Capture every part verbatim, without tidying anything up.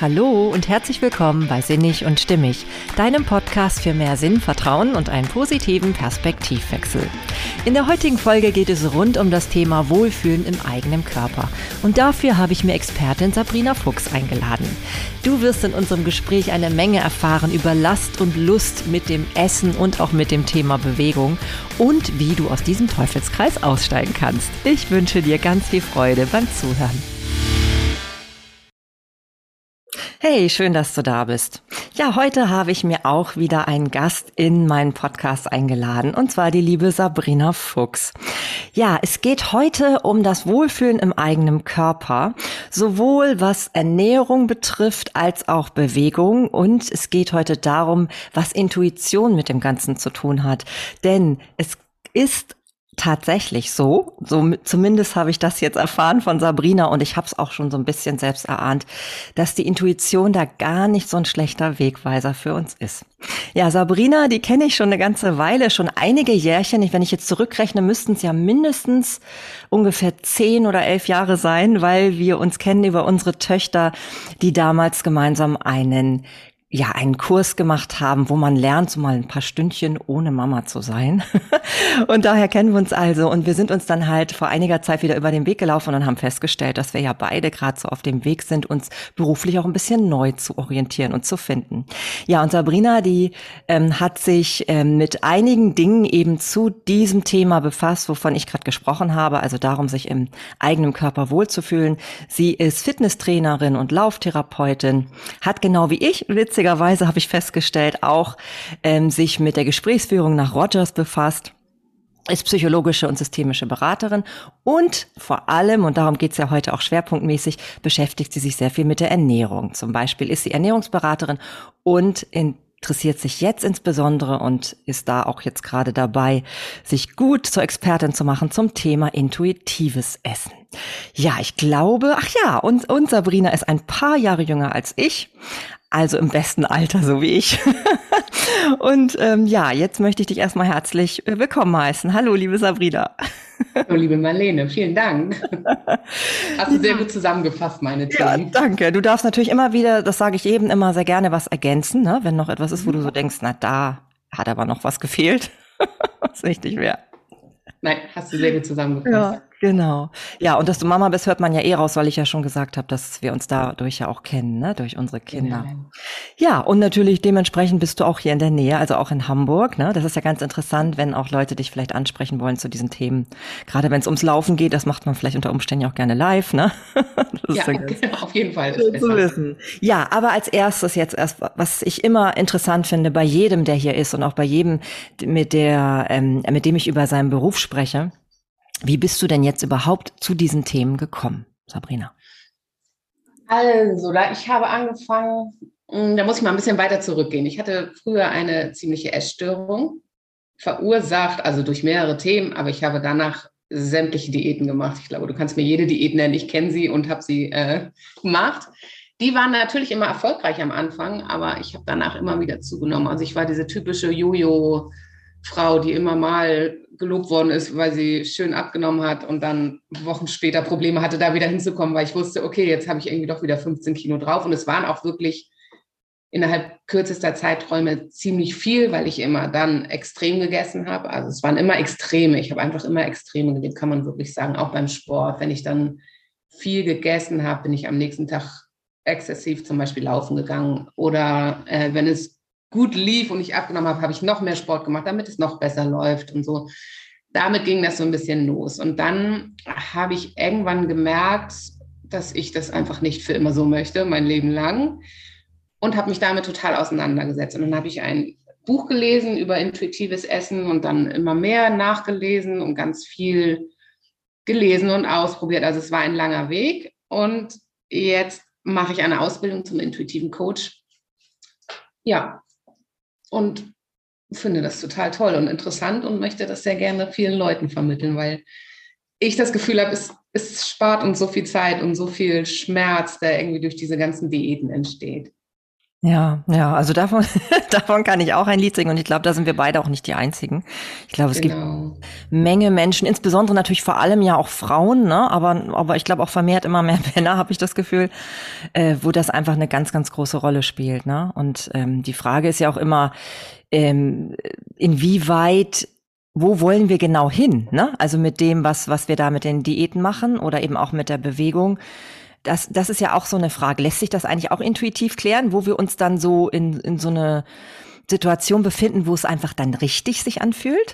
Hallo und herzlich willkommen bei Sinnig und Stimmig, deinem Podcast für mehr Sinn, Vertrauen und einen positiven Perspektivwechsel. In der heutigen Folge geht es rund um das Thema Wohlfühlen im eigenen Körper. Und dafür habe ich mir Expertin Sabrina Fuchs eingeladen. Du wirst in unserem Gespräch eine Menge erfahren über Last und Lust mit dem Essen und auch mit dem Thema Bewegung und wie du aus diesem Teufelskreis aussteigen kannst. Ich wünsche dir ganz viel Freude beim Zuhören. Hey, schön, dass du da bist. Ja, heute habe ich mir auch wieder einen Gast in meinen Podcast eingeladen, und zwar die liebe Sabrina Fuchs. Ja, es geht heute um das Wohlfühlen im eigenen Körper, sowohl was Ernährung betrifft als auch Bewegung, und es geht heute darum, was Intuition mit dem Ganzen zu tun hat. Denn es ist tatsächlich so, so zumindest habe ich das jetzt erfahren von Sabrina, und ich habe es auch schon so ein bisschen selbst erahnt, dass die Intuition da gar nicht so ein schlechter Wegweiser für uns ist. Ja, Sabrina, die kenne ich schon eine ganze Weile, schon einige Jährchen. Wenn ich jetzt zurückrechne, müssten es ja mindestens ungefähr zehn oder elf Jahre sein, weil wir uns kennen über unsere Töchter, die damals gemeinsam einen ja, einen Kurs gemacht haben, wo man lernt, so mal ein paar Stündchen ohne Mama zu sein. Und daher kennen wir uns also. Und wir sind uns dann halt vor einiger Zeit wieder über den Weg gelaufen und haben festgestellt, dass wir ja beide gerade so auf dem Weg sind, uns beruflich auch ein bisschen neu zu orientieren und zu finden. Ja, und Sabrina, die ähm, hat sich ähm, mit einigen Dingen eben zu diesem Thema befasst, wovon ich gerade gesprochen habe, also darum, sich im eigenen Körper wohlzufühlen. Sie ist Fitnesstrainerin und Lauftherapeutin, hat genau wie ich, witzig, Witzigerweise habe ich festgestellt, auch ähm, sich mit der Gesprächsführung nach Rogers befasst, ist psychologische und systemische Beraterin und vor allem, und darum geht es ja heute auch schwerpunktmäßig, beschäftigt sie sich sehr viel mit der Ernährung. Zum Beispiel ist sie Ernährungsberaterin und interessiert sich jetzt insbesondere und ist da auch jetzt gerade dabei, sich gut zur Expertin zu machen zum Thema intuitives Essen. Ja, ich glaube, ach ja, und, und Sabrina ist ein paar Jahre jünger als ich. Also im besten Alter, so wie ich. Und ähm, ja, jetzt möchte ich dich erstmal herzlich willkommen heißen. Hallo, liebe Sabrina. Hallo, liebe Marlene, vielen Dank. Hast du sehr gut zusammengefasst, meine Ja, Themen. danke. Du darfst natürlich immer wieder, das sage ich eben immer sehr gerne, was ergänzen, ne? Wenn noch etwas ist, wo du so denkst, na, da hat aber noch was gefehlt, was wichtig wäre. Nein, hast du sehr gut zusammengefasst. Ja, genau. Ja, und dass du Mama bist, hört man ja eh raus, weil ich ja schon gesagt habe, dass wir uns dadurch ja auch kennen, ne? Durch unsere Kinder. Genau. Ja, und natürlich dementsprechend bist du auch hier in der Nähe, also auch in Hamburg, ne? Das ist ja ganz interessant, wenn auch Leute dich vielleicht ansprechen wollen zu diesen Themen. Gerade wenn es ums Laufen geht, das macht man vielleicht unter Umständen ja auch gerne live, ne? Das Ja, ist ja ganz auf jeden Fall ist schön zu besser. wissen. Ja, aber als erstes jetzt erst, was ich immer interessant finde bei jedem, der hier ist und auch bei jedem, mit der, ähm, mit dem ich über seinen Beruf spreche: Wie bist du denn jetzt überhaupt zu diesen Themen gekommen, Sabrina? Also, da ich habe angefangen, mh, da muss ich mal ein bisschen weiter zurückgehen. Ich hatte früher eine ziemliche Essstörung, verursacht, also durch mehrere Themen, aber ich habe danach sämtliche Diäten gemacht. Ich glaube, du kannst mir jede Diät nennen, ich kenne sie und habe sie äh, gemacht. Die waren natürlich immer erfolgreich am Anfang, aber ich habe danach immer wieder zugenommen. Also ich war diese typische Jojo-Frau, die immer mal gelobt worden ist, weil sie schön abgenommen hat und dann Wochen später Probleme hatte, da wieder hinzukommen, weil ich wusste, okay, jetzt habe ich irgendwie doch wieder fünfzehn Kilo drauf. Und es waren auch wirklich innerhalb kürzester Zeiträume ziemlich viel, weil ich immer dann extrem gegessen habe. Also es waren immer Extreme. Ich habe einfach immer Extreme gelebt, kann man wirklich sagen, auch beim Sport. Wenn ich dann viel gegessen habe, bin ich am nächsten Tag exzessiv zum Beispiel laufen gegangen. Oder äh, wenn es gut lief und ich abgenommen habe, habe ich noch mehr Sport gemacht, damit es noch besser läuft und so. Damit ging das so ein bisschen los. Und dann habe ich irgendwann gemerkt, dass ich das einfach nicht für immer so möchte, mein Leben lang. Und habe mich damit total auseinandergesetzt. Und dann habe ich ein Buch gelesen über intuitives Essen und dann immer mehr nachgelesen und ganz viel gelesen und ausprobiert. Also es war ein langer Weg. Und jetzt mache ich eine Ausbildung zum intuitiven Coach. Ja, und finde das total toll und interessant und möchte das sehr gerne vielen Leuten vermitteln, weil ich das Gefühl habe, es, es spart uns so viel Zeit und so viel Schmerz, der irgendwie durch diese ganzen Diäten entsteht. Ja, ja, also davon, davon kann ich auch ein Lied singen und ich glaube, da sind wir beide auch nicht die Einzigen. Ich glaube, es gibt Genau. Menge Menschen, insbesondere natürlich vor allem ja auch Frauen, ne? Aber, aber ich glaube auch vermehrt immer mehr Männer, habe ich das Gefühl, äh, wo das einfach eine ganz, ganz große Rolle spielt, ne? Und ähm, die Frage ist ja auch immer, ähm, inwieweit, wo wollen wir genau hin, ne? Also mit dem, was, was wir da mit den Diäten machen oder eben auch mit der Bewegung. Das, das ist ja auch so eine Frage. Lässt sich das eigentlich auch intuitiv klären, wo wir uns dann so in, in so eine Situation befinden, wo es einfach dann richtig sich anfühlt?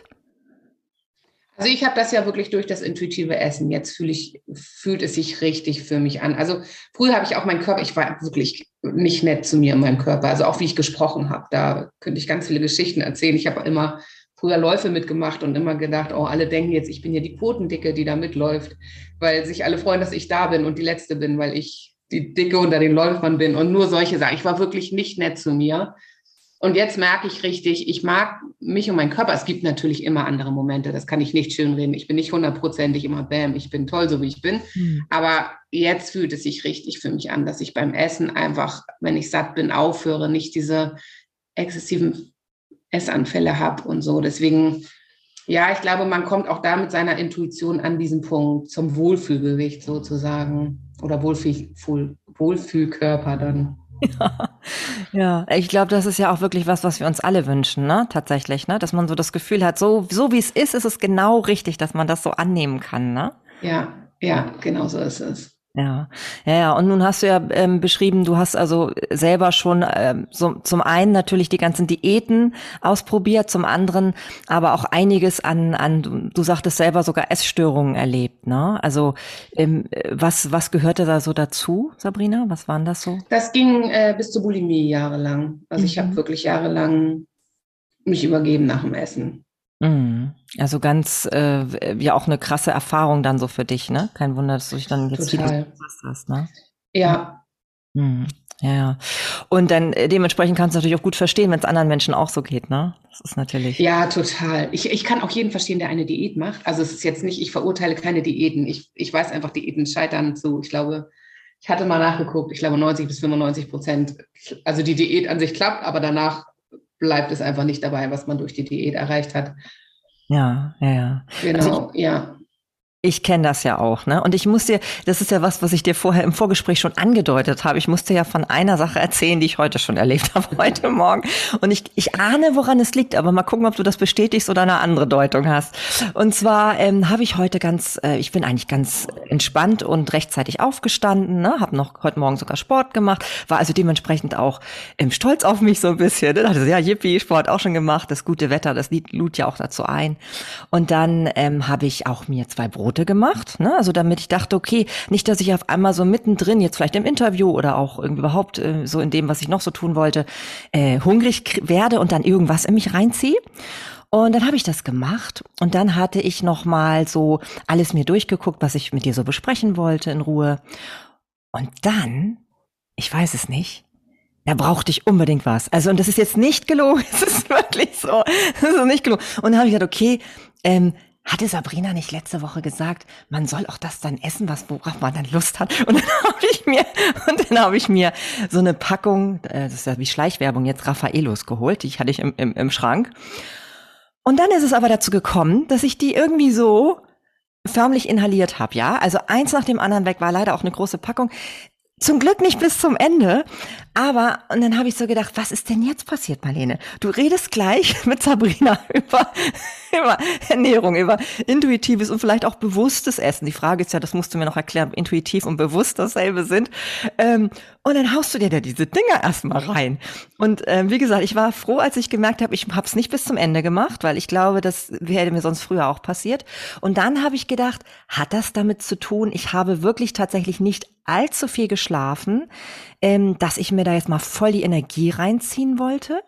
Also ich habe das ja wirklich durch das intuitive Essen. Jetzt fühle ich, fühlt es sich richtig für mich an. Also früher habe ich auch meinen Körper, ich war wirklich nicht nett zu mir in meinem Körper. Also auch wie ich gesprochen habe, da könnte ich ganz viele Geschichten erzählen. Ich habe immer früher Läufe mitgemacht und immer gedacht, oh, alle denken jetzt, ich bin ja die Potendicke, die da mitläuft, weil sich alle freuen, dass ich da bin und die Letzte bin, weil ich die Dicke unter den Läufern bin und nur solche Sachen. Ich war wirklich nicht nett zu mir. Und jetzt merke ich richtig, ich mag mich und meinen Körper. Es gibt natürlich immer andere Momente, das kann ich nicht schönreden. Ich bin nicht hundertprozentig immer bam, ich bin toll, so wie ich bin. Hm. Aber jetzt fühlt es sich richtig für mich an, dass ich beim Essen einfach, wenn ich satt bin, aufhöre, nicht diese exzessiven Essanfälle habe und so. Deswegen, ja, ich glaube, man kommt auch da mit seiner Intuition an diesen Punkt zum Wohlfühlgewicht sozusagen oder Wohlfühl, Wohlfühlkörper dann. Ja, ja, ich glaube, das ist ja auch wirklich was, was wir uns alle wünschen, ne? Tatsächlich, ne? Dass man so das Gefühl hat, so, so wie es ist, ist es genau richtig, dass man das so annehmen kann, ne? Ja, ja, genau so ist es. Ja, ja, ja. Und nun hast du ja ähm, beschrieben, du hast also selber schon ähm, so, zum einen natürlich die ganzen Diäten ausprobiert, zum anderen aber auch einiges an, an du, du sagtest selber sogar Essstörungen erlebt, ne? Also ähm, was, was gehörte da so dazu, Sabrina? Was waren das so? Das ging äh, bis zur Bulimie jahrelang. Also ich habe Mhm. wirklich jahrelang mich übergeben nach dem Essen. Mhm. Also ganz, äh, ja auch eine krasse Erfahrung dann so für dich, ne? Kein Wunder, dass du dich dann jetzt vieles Total. gefasst hast, ne? Ja, Mhm. Ja, ja. Und dann äh, dementsprechend kannst du natürlich auch gut verstehen, wenn es anderen Menschen auch so geht, ne? Das ist natürlich. ja, total. Ich, ich kann auch jeden verstehen, der eine Diät macht. Also es ist jetzt nicht, ich verurteile keine Diäten. Ich, ich weiß einfach, Diäten scheitern zu, ich glaube, ich hatte mal nachgeguckt, ich glaube neunzig bis fünfundneunzig Prozent. Also die Diät an sich klappt, aber danach bleibt es einfach nicht dabei, was man durch die Diät erreicht hat. Ja, ja, ja. Also ich Genau, ja. Ich kenne das ja auch, ne? Und ich muss dir, das ist ja was, was ich dir vorher im Vorgespräch schon angedeutet habe. Ich musste ja von einer Sache erzählen, die ich heute schon erlebt habe, heute Morgen. Und ich, ich ahne, woran es liegt, aber mal gucken, ob du das bestätigst oder eine andere Deutung hast. Und zwar ähm, habe ich heute ganz, äh, ich bin eigentlich ganz entspannt und rechtzeitig aufgestanden, ne? Habe noch heute Morgen sogar Sport gemacht, war also dementsprechend auch ähm, stolz auf mich so ein bisschen. Ne? Dachte so, ja, yippie, Sport auch schon gemacht, das gute Wetter, das lud ja auch dazu ein. Und dann ähm, habe ich auch mir zwei Brote gemacht, ne? Also damit ich dachte, okay, nicht, dass ich auf einmal so mittendrin, jetzt vielleicht im Interview oder auch irgendwie überhaupt äh, so in dem, was ich noch so tun wollte, äh, hungrig werde und dann irgendwas in mich reinziehe. Und dann habe ich das gemacht und dann hatte ich noch mal so alles mir durchgeguckt, was ich mit dir so besprechen wollte in Ruhe. Und dann, ich weiß es nicht, da brauchte ich unbedingt was. Also, und das ist jetzt nicht gelogen, es ist wirklich so, das ist nicht gelogen. Und dann habe ich gedacht, okay, ähm, hatte Sabrina nicht letzte Woche gesagt, man soll auch das dann essen, was worauf man dann Lust hat? Und dann habe ich mir und dann habe ich mir so eine Packung, äh, das ist ja wie Schleichwerbung jetzt, Raffaellos geholt, die hatte ich im, im, im Schrank. Und dann ist es aber dazu gekommen, dass ich die irgendwie so förmlich inhaliert habe, ja? Also eins nach dem anderen weg, war leider auch eine große Packung. Zum Glück nicht bis zum Ende, aber und dann habe ich so gedacht, was ist denn jetzt passiert, Marlene? Du redest gleich mit Sabrina über, über Ernährung, über intuitives und vielleicht auch bewusstes Essen. Die Frage ist ja, das musst du mir noch erklären, ob intuitiv und bewusst dasselbe sind. Ähm, und dann haust du dir da diese Dinger erstmal rein. Und ähm, wie gesagt, ich war froh, als ich gemerkt habe, ich habe es nicht bis zum Ende gemacht, weil ich glaube, das wäre mir sonst früher auch passiert. Und dann habe ich gedacht, hat das damit zu tun, ich habe wirklich tatsächlich nicht allzu viel geschlafen, ähm, dass ich mir da jetzt mal voll die Energie reinziehen wollte?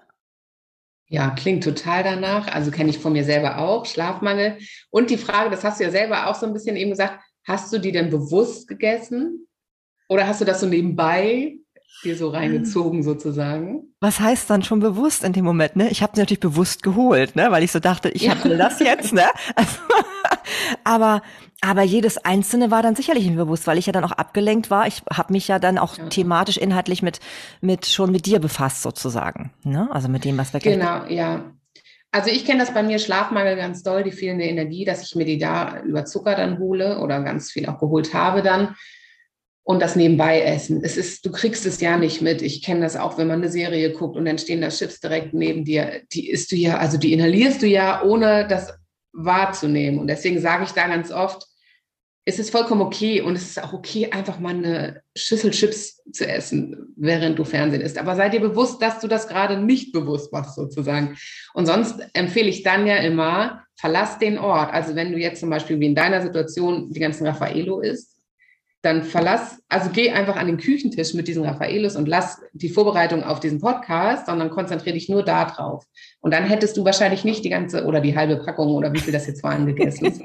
Ja, klingt total danach. Also kenne ich von mir selber auch, Schlafmangel. Und die Frage, das hast du ja selber auch so ein bisschen eben gesagt, hast du die denn bewusst gegessen? Oder hast du das so nebenbei dir so reingezogen sozusagen? Was heißt dann schon bewusst in dem Moment, ne? Ich habe sie natürlich bewusst geholt, ne? Weil ich so dachte, ich Ja. hab will das jetzt, ne? Also, aber, aber jedes Einzelne war dann sicherlich nicht bewusst, weil ich ja dann auch abgelenkt war. Ich habe mich ja dann auch Ja. thematisch, inhaltlich mit, mit schon mit dir befasst sozusagen. Ne? Also mit dem, was wir gleich. Genau, ja. Also ich kenne das bei mir, Schlafmangel ganz doll, die fehlende Energie, dass ich mir die da über Zucker dann hole oder ganz viel auch geholt habe dann und das nebenbei essen. Es ist, du kriegst es ja nicht mit. Ich kenne das auch, wenn man eine Serie guckt und dann stehen da Chips direkt neben dir. Die isst du ja, also die inhalierst du ja, ohne das wahrzunehmen. Und deswegen sage ich da ganz oft, es ist vollkommen okay und es ist auch okay, einfach mal eine Schüssel Chips zu essen, während du Fernsehen isst. Aber sei dir bewusst, dass du das gerade nicht bewusst machst sozusagen. Und sonst empfehle ich dann ja immer, verlass den Ort. Also wenn du jetzt zum Beispiel wie in deiner Situation die ganzen Raffaello isst, dann verlass, also geh einfach an den Küchentisch mit diesen Raffaellos und lass die Vorbereitung auf diesen Podcast, sondern konzentriere dich nur da drauf. Und dann hättest du wahrscheinlich nicht die ganze oder die halbe Packung oder wie viel das jetzt waren gegessen.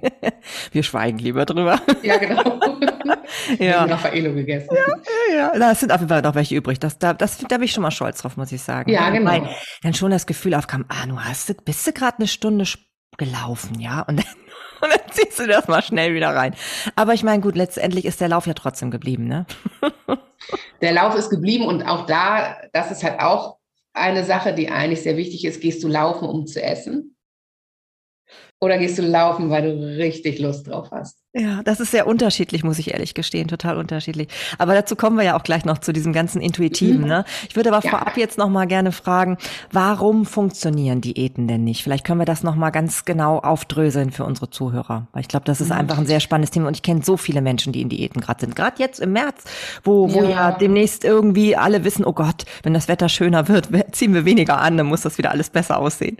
Wir schweigen lieber drüber. Ja, genau. Ja. Raffaello gegessen. Ja, ja, da sind auf jeden Fall noch welche übrig. Das, da, das, da bin ich schon mal stolz drauf, muss ich sagen. Ja, genau. Weil dann schon das Gefühl aufkam, ah, du hast, bist du gerade eine Stunde gelaufen, ja? Und dann, und dann ziehst du das mal schnell wieder rein. Aber ich meine, gut, letztendlich ist der Lauf ja trotzdem geblieben, ne? Der Lauf ist geblieben und auch da, das ist halt auch eine Sache, die eigentlich sehr wichtig ist. Gehst du laufen, um zu essen? Oder gehst du laufen, weil du richtig Lust drauf hast? Ja, das ist sehr unterschiedlich, muss ich ehrlich gestehen, total unterschiedlich. Aber dazu kommen wir ja auch gleich noch zu diesem ganzen Intuitiven, mhm. ne? Ich würde aber ja. vorab jetzt noch mal gerne fragen, warum funktionieren Diäten denn nicht? Vielleicht können wir das noch mal ganz genau aufdröseln für unsere Zuhörer. Weil ich glaube, das ist mhm. einfach ein sehr spannendes Thema und ich kenne so viele Menschen, die in Diäten gerade sind. Gerade jetzt im März, wo, wo ja. ja demnächst irgendwie alle wissen, oh Gott, wenn das Wetter schöner wird, ziehen wir weniger an, dann muss das wieder alles besser aussehen.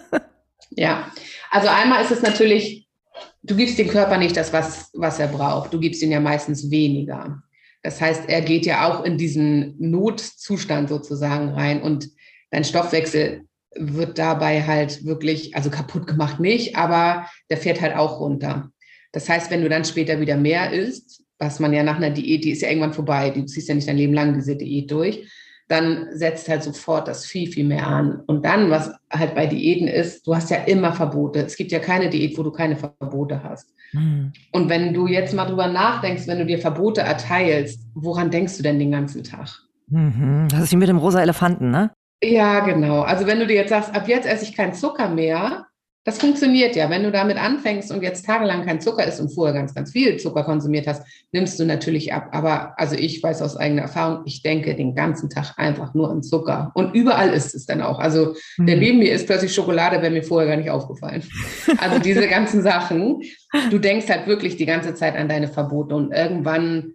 Ja, also einmal ist es natürlich, du gibst dem Körper nicht das, was, was er braucht. Du gibst ihm ja meistens weniger. Das heißt, er geht ja auch in diesen Notzustand sozusagen rein und dein Stoffwechsel wird dabei halt wirklich, also kaputt gemacht nicht, aber der fährt halt auch runter. Das heißt, wenn du dann später wieder mehr isst, was man ja nach einer Diät, die ist ja irgendwann vorbei, du ziehst ja nicht dein Leben lang diese Diät durch, dann setzt halt sofort das viel, viel mehr an. Und dann, was halt bei Diäten ist, du hast ja immer Verbote. Es gibt ja keine Diät, wo du keine Verbote hast. Mhm. Und wenn du jetzt mal drüber nachdenkst, wenn du dir Verbote erteilst, woran denkst du denn den ganzen Tag? Mhm. Das ist wie mit dem rosa Elefanten, ne? Ja, genau. Also wenn du dir jetzt sagst, ab jetzt esse ich keinen Zucker mehr, das funktioniert ja. Wenn du damit anfängst und jetzt tagelang kein Zucker isst und vorher ganz, ganz viel Zucker konsumiert hast, nimmst du natürlich ab. Aber also ich weiß aus eigener Erfahrung, ich denke den ganzen Tag einfach nur an Zucker. Und überall ist es dann auch. Also mhm. der neben mir isst plötzlich Schokolade, wäre mir vorher gar nicht aufgefallen. Also diese ganzen Sachen, du denkst halt wirklich die ganze Zeit an deine Verbote. Und irgendwann,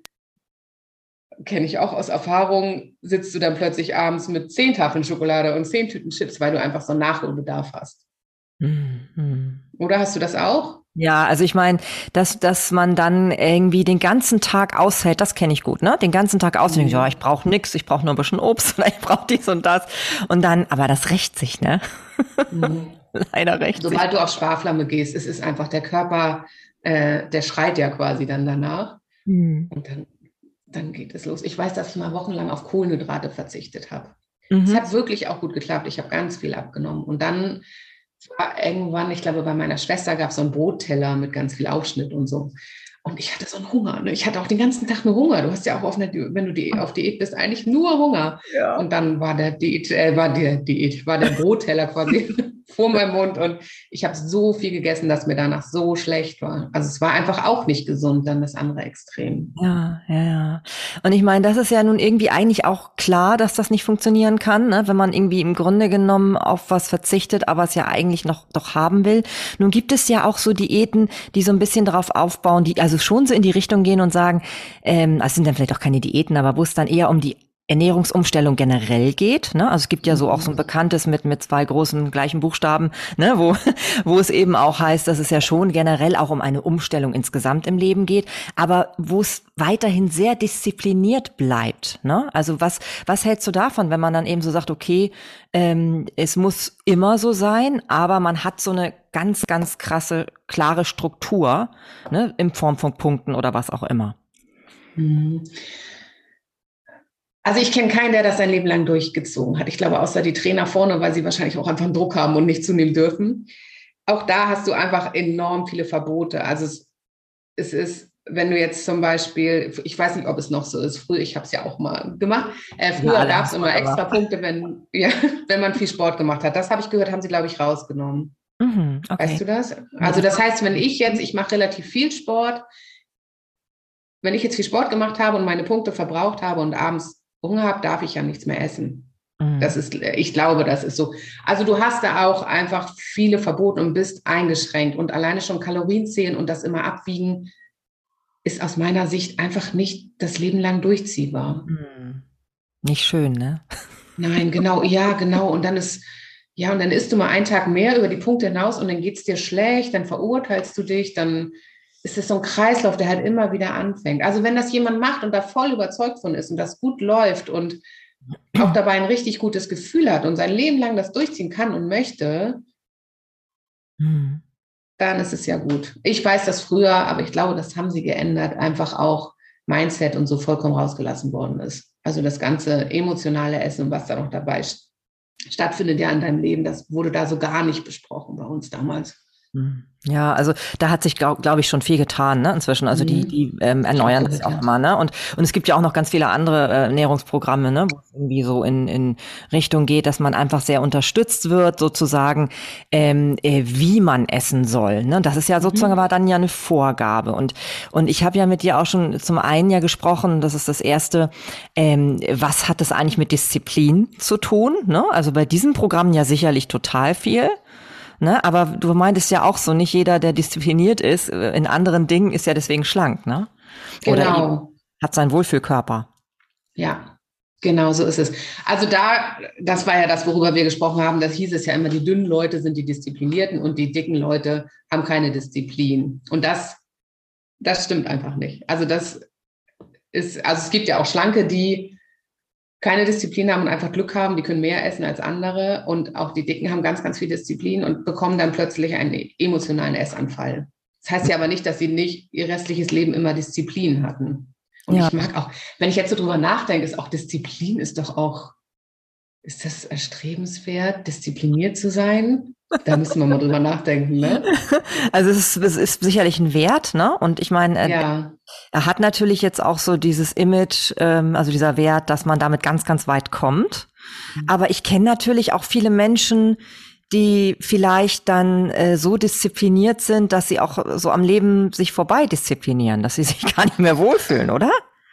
kenne ich auch aus Erfahrung, sitzt du dann plötzlich abends mit zehn Tafeln Schokolade und zehn Tüten Chips, weil du einfach so einen Nachholbedarf hast. Mhm. Oder hast du das auch? Ja, also ich meine, dass dass man dann irgendwie den ganzen Tag aushält, das kenne ich gut, ne? Den ganzen Tag aushält, mhm. ja, ich brauche nichts, ich brauche nur ein bisschen Obst oder ich brauche dies und das. Und dann, aber das rächt sich, ne? Mhm. Leider rächt sich. Sobald du auf Sparflamme gehst, es ist einfach der Körper, äh, der schreit ja quasi dann danach. Mhm. Und dann, dann geht es los. Ich weiß, dass ich mal wochenlang auf Kohlenhydrate verzichtet habe. Es mhm. hat wirklich auch gut geklappt. Ich habe ganz viel abgenommen. Und dann war irgendwann, ich glaube, bei meiner Schwester gab es so einen Brotteller mit ganz viel Aufschnitt und so. Und ich hatte so einen Hunger. Ne? Ich hatte auch den ganzen Tag nur Hunger. Du hast ja auch, auf einer, wenn du die, auf Diät bist, eigentlich nur Hunger. Ja. Und dann war der Diät, äh, war der Diät, war der Brotteller quasi vor meinem Mund. Und ich habe so viel gegessen, dass mir danach so schlecht war. Also es war einfach auch nicht gesund, dann das andere Extrem. Ja, ja, ja. Und ich meine, das ist ja nun irgendwie eigentlich auch klar, dass das nicht funktionieren kann, ne? Wenn man irgendwie im Grunde genommen auf was verzichtet, aber es ja eigentlich noch doch haben will. Nun gibt es ja auch so Diäten, die so ein bisschen darauf aufbauen, die also schon so in die Richtung gehen und sagen, ähm, es sind dann vielleicht auch keine Diäten, aber wo es dann eher um die Ernährungsumstellung generell geht, ne? Also es gibt ja so auch so ein bekanntes mit mit zwei großen gleichen Buchstaben, ne, wo wo es eben auch heißt, dass es ja schon generell auch um eine Umstellung insgesamt im Leben geht, aber wo es weiterhin sehr diszipliniert bleibt, ne? Also was was hältst du davon, wenn man dann eben so sagt, okay, ähm, es muss immer so sein, aber man hat so eine ganz ganz krasse klare Struktur, ne, in Form von Punkten oder was auch immer. Mhm. Also ich kenne keinen, der das sein Leben lang durchgezogen hat. Ich glaube, außer die Trainer vorne, weil sie wahrscheinlich auch einfach einen Druck haben und nicht zunehmen dürfen. auch da hast du einfach enorm viele Verbote. Also es, es ist, wenn du jetzt zum Beispiel, ich weiß nicht, ob es noch so ist, früher, ich habe es ja auch mal gemacht, äh, Wir früher alle gab haben es es mal immer extra gemacht. Punkte, wenn, ja, wenn man viel Sport gemacht hat. Das habe ich gehört, haben sie, glaube ich, rausgenommen. Mhm, Weißt okay. du das? Nee, Also das das weiß heißt, ich wenn nicht. ich jetzt, ich mache relativ viel Sport, wenn ich jetzt viel Sport gemacht habe und meine Punkte verbraucht habe und abends Hunger habe, darf ich ja nichts mehr essen. Das Mhm. ist, ich glaube, das ist so. Also du hast da auch einfach viele Verbote und bist eingeschränkt und alleine schon Kalorien zählen und das immer abwiegen, ist aus meiner Sicht einfach nicht das Leben lang durchziehbar. Mhm. Nicht schön, ne? Nein, genau, ja, genau. Und dann ist, ja, und dann isst du mal einen Tag mehr über die Punkte hinaus und dann geht es dir schlecht, dann verurteilst du dich, dann ist es so ein Kreislauf, der halt immer wieder anfängt. Also wenn das jemand macht und da voll überzeugt von ist und das gut läuft und auch dabei ein richtig gutes Gefühl hat und sein Leben lang das durchziehen kann und möchte, Mhm. dann ist es ja gut. Ich weiß das früher, aber ich glaube, das haben sie geändert, einfach auch Mindset und so vollkommen rausgelassen worden ist. Also das ganze emotionale Essen, was da noch dabei stattfindet ja in deinem Leben, das wurde da so gar nicht besprochen bei uns damals. Mhm. Ja, also da hat sich, glaube glaub ich, schon viel getan, ne, inzwischen. Also die, Mhm. die ähm, Ich habe erneuern das ja auch gehört. immer, ne? Und, und es gibt ja auch noch ganz viele andere äh, Ernährungsprogramme, ne, wo es irgendwie so in, in Richtung geht, dass man einfach sehr unterstützt wird, sozusagen, ähm, äh, wie man essen soll. Ne? Das ist ja sozusagen Mhm. aber dann ja eine Vorgabe. Und, und ich habe ja mit dir auch schon zum einen ja gesprochen, das ist das Erste, ähm, was hat das eigentlich mit Disziplin zu tun? Ne? Also bei diesen Programmen ja sicherlich total viel. Ne? Aber du meintest ja auch so, nicht jeder, der diszipliniert ist, äh, in anderen Dingen ist ja deswegen schlank, ne? Oder eben Genau, hat seinen Wohlfühlkörper. ja, genau so ist es. Also da, das war ja das, worüber wir gesprochen haben, das hieß es ja immer, die dünnen Leute sind die Disziplinierten und die dicken Leute haben keine Disziplin. Und das, das stimmt einfach nicht. Also das ist, also es gibt ja auch Schlanke, die keine Disziplin haben und einfach Glück haben, die können mehr essen als andere und auch die Dicken haben ganz, ganz viel Disziplin und bekommen dann plötzlich einen emotionalen Essanfall. Das heißt ja aber nicht, dass sie nicht ihr restliches Leben immer Disziplin hatten. Und Ja, ich mag auch, wenn ich jetzt so drüber nachdenke, ist auch Disziplin ist doch auch, ist das erstrebenswert, diszipliniert zu sein? Da müssen wir mal drüber nachdenken, ne? also es ist, es ist sicherlich ein Wert, ne? Und ich meine, äh, Ja. er hat natürlich jetzt auch so dieses Image, ähm, also dieser Wert, dass man damit ganz, ganz weit kommt. Aber ich kenne natürlich auch viele Menschen, die vielleicht dann äh, so diszipliniert sind, dass sie auch so am Leben sich vorbei disziplinieren, dass sie sich gar nicht mehr wohlfühlen, oder?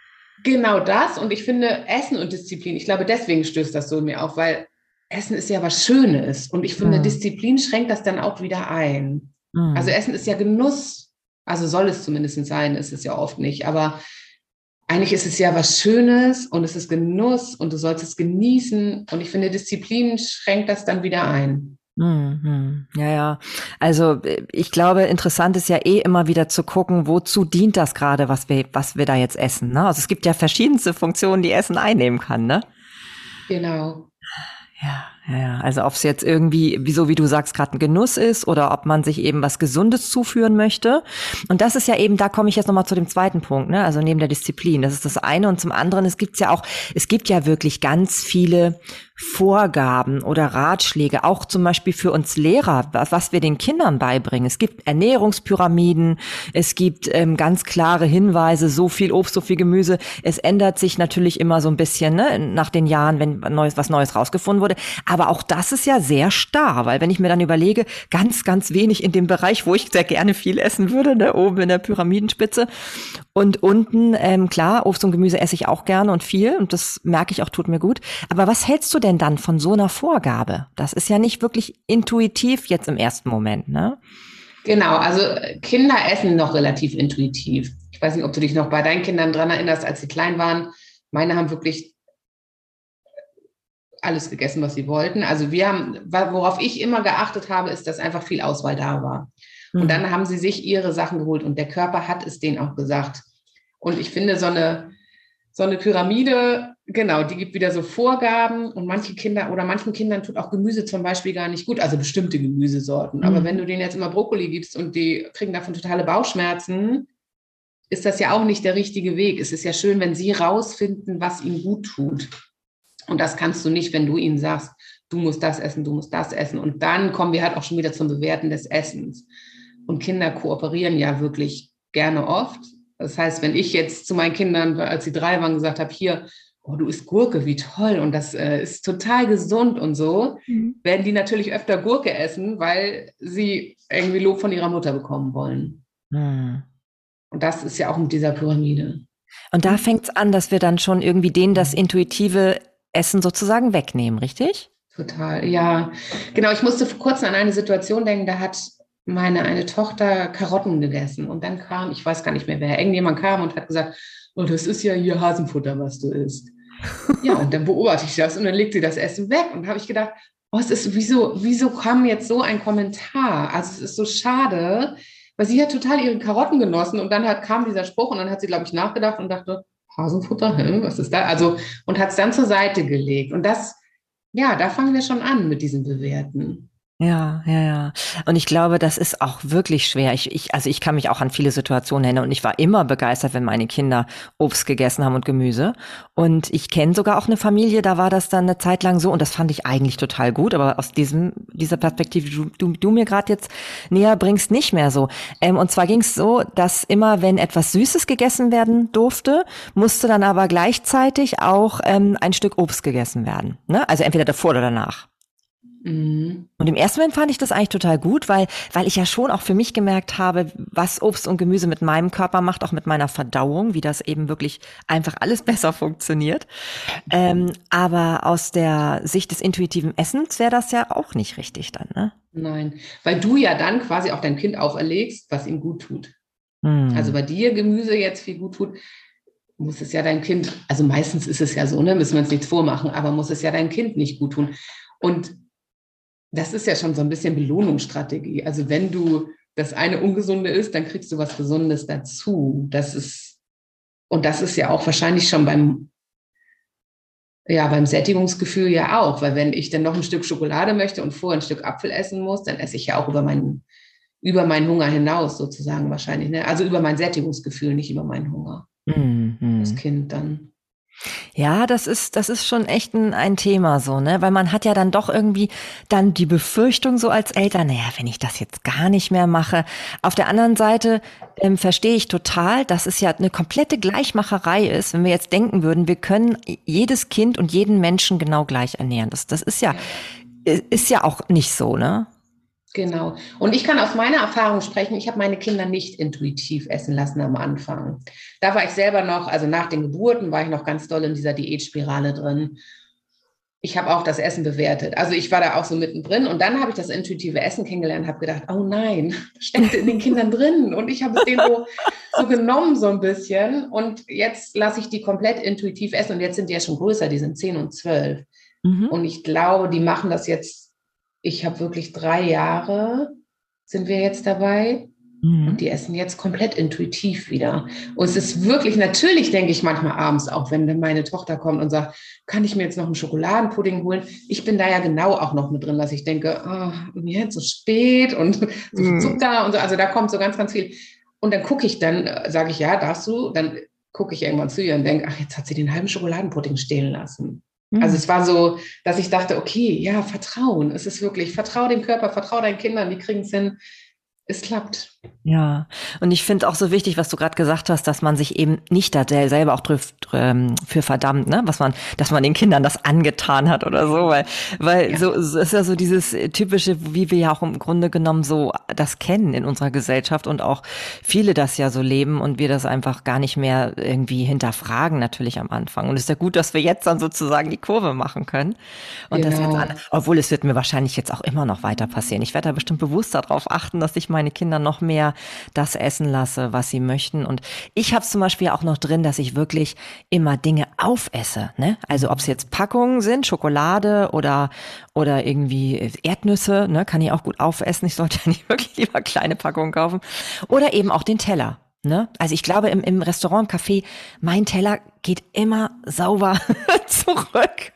Genau das. Und ich finde Essen und Disziplin, ich glaube, deswegen stößt das so in mir auf, weil Essen ist ja was Schönes. Und ich finde, Hm. Disziplin schränkt das dann auch wieder ein. Also Hm. Essen ist ja Genuss. Also soll es zumindest sein, ist es ja oft nicht. Aber eigentlich ist es ja was Schönes und es ist Genuss und du sollst es genießen. Und ich finde, Disziplin schränkt das dann wieder ein. Hm, hm. Ja, ja. Also äh, ich glaube, interessant ist ja eh immer wieder zu gucken, wozu dient das gerade, was wir, was wir da jetzt essen. Ne? Also es gibt ja verschiedenste Funktionen, die Essen einnehmen kann, ne? Genau. Ja, ja, ja. Also ob es jetzt irgendwie, wie so wie du sagst, gerade ein Genuss ist oder ob man sich eben was Gesundes zuführen möchte. Und das ist ja eben, da komme ich jetzt nochmal zu dem zweiten Punkt, ne? Also neben der Disziplin. Das ist das eine. Und zum anderen, es gibt ja auch, es gibt ja wirklich ganz viele Vorgaben oder Ratschläge, auch zum Beispiel für uns Lehrer, was, was wir den Kindern beibringen. Es gibt Ernährungspyramiden, es gibt ähm, ganz klare Hinweise, so viel Obst, so viel Gemüse. Es ändert sich natürlich immer so ein bisschen, ne, nach den Jahren, wenn Neues, was Neues rausgefunden wurde. Aber auch das ist ja sehr starr, weil wenn ich mir dann überlege, ganz, ganz wenig in dem Bereich, wo ich sehr gerne viel essen würde, ne, oben in der Pyramidenspitze. Und unten, ähm, klar, Obst und Gemüse esse ich auch gerne und viel und das merke ich auch, tut mir gut. Aber was hältst du denn dann von so einer Vorgabe? Das ist ja nicht wirklich intuitiv jetzt im ersten Moment, ne? Genau, also Kinder essen noch relativ intuitiv. Ich weiß nicht, ob du dich noch bei deinen Kindern dran erinnerst, als sie klein waren. Meine haben wirklich alles gegessen, was sie wollten. Also wir haben, worauf ich immer geachtet habe, ist, dass einfach viel Auswahl da war. Und Hm. dann haben sie sich ihre Sachen geholt und der Körper hat es denen auch gesagt. Und ich finde, so eine, so eine Pyramide, genau, die gibt wieder so Vorgaben und manche Kinder oder manchen Kindern tut auch Gemüse zum Beispiel gar nicht gut, also bestimmte Gemüsesorten. Aber wenn Hm. du denen jetzt immer Brokkoli gibst und die kriegen davon totale Bauchschmerzen, ist das ja auch nicht der richtige Weg. Es ist ja schön, wenn sie rausfinden, was ihnen gut tut. Und das kannst du nicht, wenn du ihnen sagst, du musst das essen, du musst das essen. Und dann kommen wir halt auch schon wieder zum Bewerten des Essens. Und Kinder kooperieren ja wirklich gerne oft. Das heißt, wenn ich jetzt zu meinen Kindern, als sie drei waren, gesagt habe, hier, oh, du isst Gurke, wie toll und das äh, ist total gesund und so, mhm. werden die natürlich öfter Gurke essen, weil sie irgendwie Lob von ihrer Mutter bekommen wollen. Mhm. Und das ist ja auch mit dieser Pyramide. Und da fängt es an, dass wir dann schon irgendwie denen das intuitive Essen sozusagen wegnehmen, richtig? Total, ja. Genau, ich musste vor kurzem an eine Situation denken, da hat meine eine Tochter Karotten gegessen und dann kam, ich weiß gar nicht mehr wer, irgendjemand kam und hat gesagt, oh, das ist ja hier Hasenfutter, was du isst. Ja, und dann beobachte ich das und dann legt sie das Essen weg und habe ich gedacht, oh, es ist, wieso, wieso kam jetzt so ein Kommentar? Also es ist so schade, weil sie hat total ihre Karotten genossen und dann hat, kam dieser Spruch und dann hat sie, glaube ich, nachgedacht und dachte, Hasenfutter, hä, was ist da? Also, und hat es dann zur Seite gelegt. Und das, ja, da fangen wir schon an mit diesen Bewerten. Ja, ja, ja. Und ich glaube, das ist auch wirklich schwer. Ich, ich, also ich kann mich auch an viele Situationen erinnern und ich war immer begeistert, wenn meine Kinder Obst gegessen haben und Gemüse. Und ich kenne sogar auch eine Familie, da war das dann eine Zeit lang so und das fand ich eigentlich total gut, aber aus diesem, dieser Perspektive, die du, du, du mir gerade jetzt näher bringst, nicht mehr so. Ähm, und zwar ging es so, dass immer, wenn etwas Süßes gegessen werden durfte, musste dann aber gleichzeitig auch ähm, ein Stück Obst gegessen werden. Ne? Also entweder davor oder danach. Und im ersten Moment fand ich das eigentlich total gut, weil weil ich ja schon auch für mich gemerkt habe, was Obst und Gemüse mit meinem Körper macht, auch mit meiner Verdauung, wie das eben wirklich einfach alles besser funktioniert. Ähm, aber aus der Sicht des intuitiven Essens wäre das ja auch nicht richtig dann, ne? Nein, weil du ja dann quasi auch dein Kind auferlegst, was ihm gut tut. Hm. Also bei dir Gemüse jetzt viel gut tut, muss es ja dein Kind, also meistens ist es ja so, ne, müssen wir uns nichts vormachen, aber muss es ja dein Kind nicht gut tun. Und das ist ja schon so ein bisschen Belohnungsstrategie. Also wenn du das eine Ungesunde isst, dann kriegst du was Gesundes dazu. Das ist, und das ist ja auch wahrscheinlich schon beim, ja, beim Sättigungsgefühl ja auch, weil wenn ich dann noch ein Stück Schokolade möchte und vorher ein Stück Apfel essen muss, dann esse ich ja auch über meinen, über meinen Hunger hinaus sozusagen wahrscheinlich. Ne? Also über mein Sättigungsgefühl, nicht über meinen Hunger. Mhm. Das Kind dann. Ja, das ist, das ist schon echt ein, ein Thema so, ne, weil man hat ja dann doch irgendwie dann die Befürchtung so als Eltern, naja, wenn ich das jetzt gar nicht mehr mache. Auf der anderen Seite ähm, verstehe ich total, dass es ja eine komplette Gleichmacherei ist, wenn wir jetzt denken würden, wir können jedes Kind und jeden Menschen genau gleich ernähren. Das, das ist ja, ist ja auch nicht so, ne? Genau. Und ich kann aus meiner Erfahrung sprechen, ich habe meine Kinder nicht intuitiv essen lassen am Anfang. Da war ich selber noch, also nach den Geburten war ich noch ganz doll in dieser Diätspirale drin. Ich habe auch das Essen bewertet. Also ich war da auch so mittendrin und dann habe ich das intuitive Essen kennengelernt und habe gedacht, oh nein, das steckte in den Kindern drin. Und ich habe es denen so, so genommen so ein bisschen und jetzt lasse ich die komplett intuitiv essen und jetzt sind die ja schon größer, die sind zehn und zwölf. Mhm. Und ich glaube, die machen das jetzt. Ich habe wirklich drei Jahre, sind wir jetzt dabei. Mhm. Und die essen jetzt komplett intuitiv wieder. Und es ist wirklich, natürlich denke ich manchmal abends auch, wenn dann meine Tochter kommt und sagt, kann ich mir jetzt noch einen Schokoladenpudding holen? Ich bin da ja genau auch noch mit drin, dass ich denke, oh, jetzt so spät und so viel Zucker und so. Also da kommt so ganz, ganz viel. Und dann gucke ich dann, sage ich, ja, darfst du? Dann gucke ich irgendwann zu ihr und denke, ach, jetzt hat sie den halben Schokoladenpudding stehlen lassen. Also es war so, dass ich dachte, okay, ja, Vertrauen. Es ist wirklich, vertrau dem Körper, vertrau deinen Kindern, die kriegen es hin. Es klappt. Ja, und ich finde auch so wichtig, was du gerade gesagt hast, dass man sich eben nicht da selber auch trifft, ähm, für verdammt, ne, was man, dass man den Kindern das angetan hat oder so, weil, weil ja. so, so ist ja so dieses typische, wie wir ja auch im Grunde genommen so das kennen in unserer Gesellschaft und auch viele das ja so leben und wir das einfach gar nicht mehr irgendwie hinterfragen natürlich am Anfang. Und es ist ja gut, dass wir jetzt dann sozusagen die Kurve machen können und genau. das jetzt an, obwohl es wird mir wahrscheinlich jetzt auch immer noch weiter passieren. Ich werde da bestimmt bewusst darauf achten, dass ich meine Kinder noch mehr das essen lasse, was sie möchten. Und ich habe zum Beispiel auch noch drin, dass ich wirklich immer Dinge aufesse. Ne? Also ob es jetzt Packungen sind, Schokolade oder oder irgendwie Erdnüsse, ne, kann ich auch gut aufessen. Ich sollte ja nicht wirklich lieber kleine Packungen kaufen. Oder eben auch den Teller. Ne? Also ich glaube, im, im Restaurant, im Café, mein Teller geht immer sauber zurück.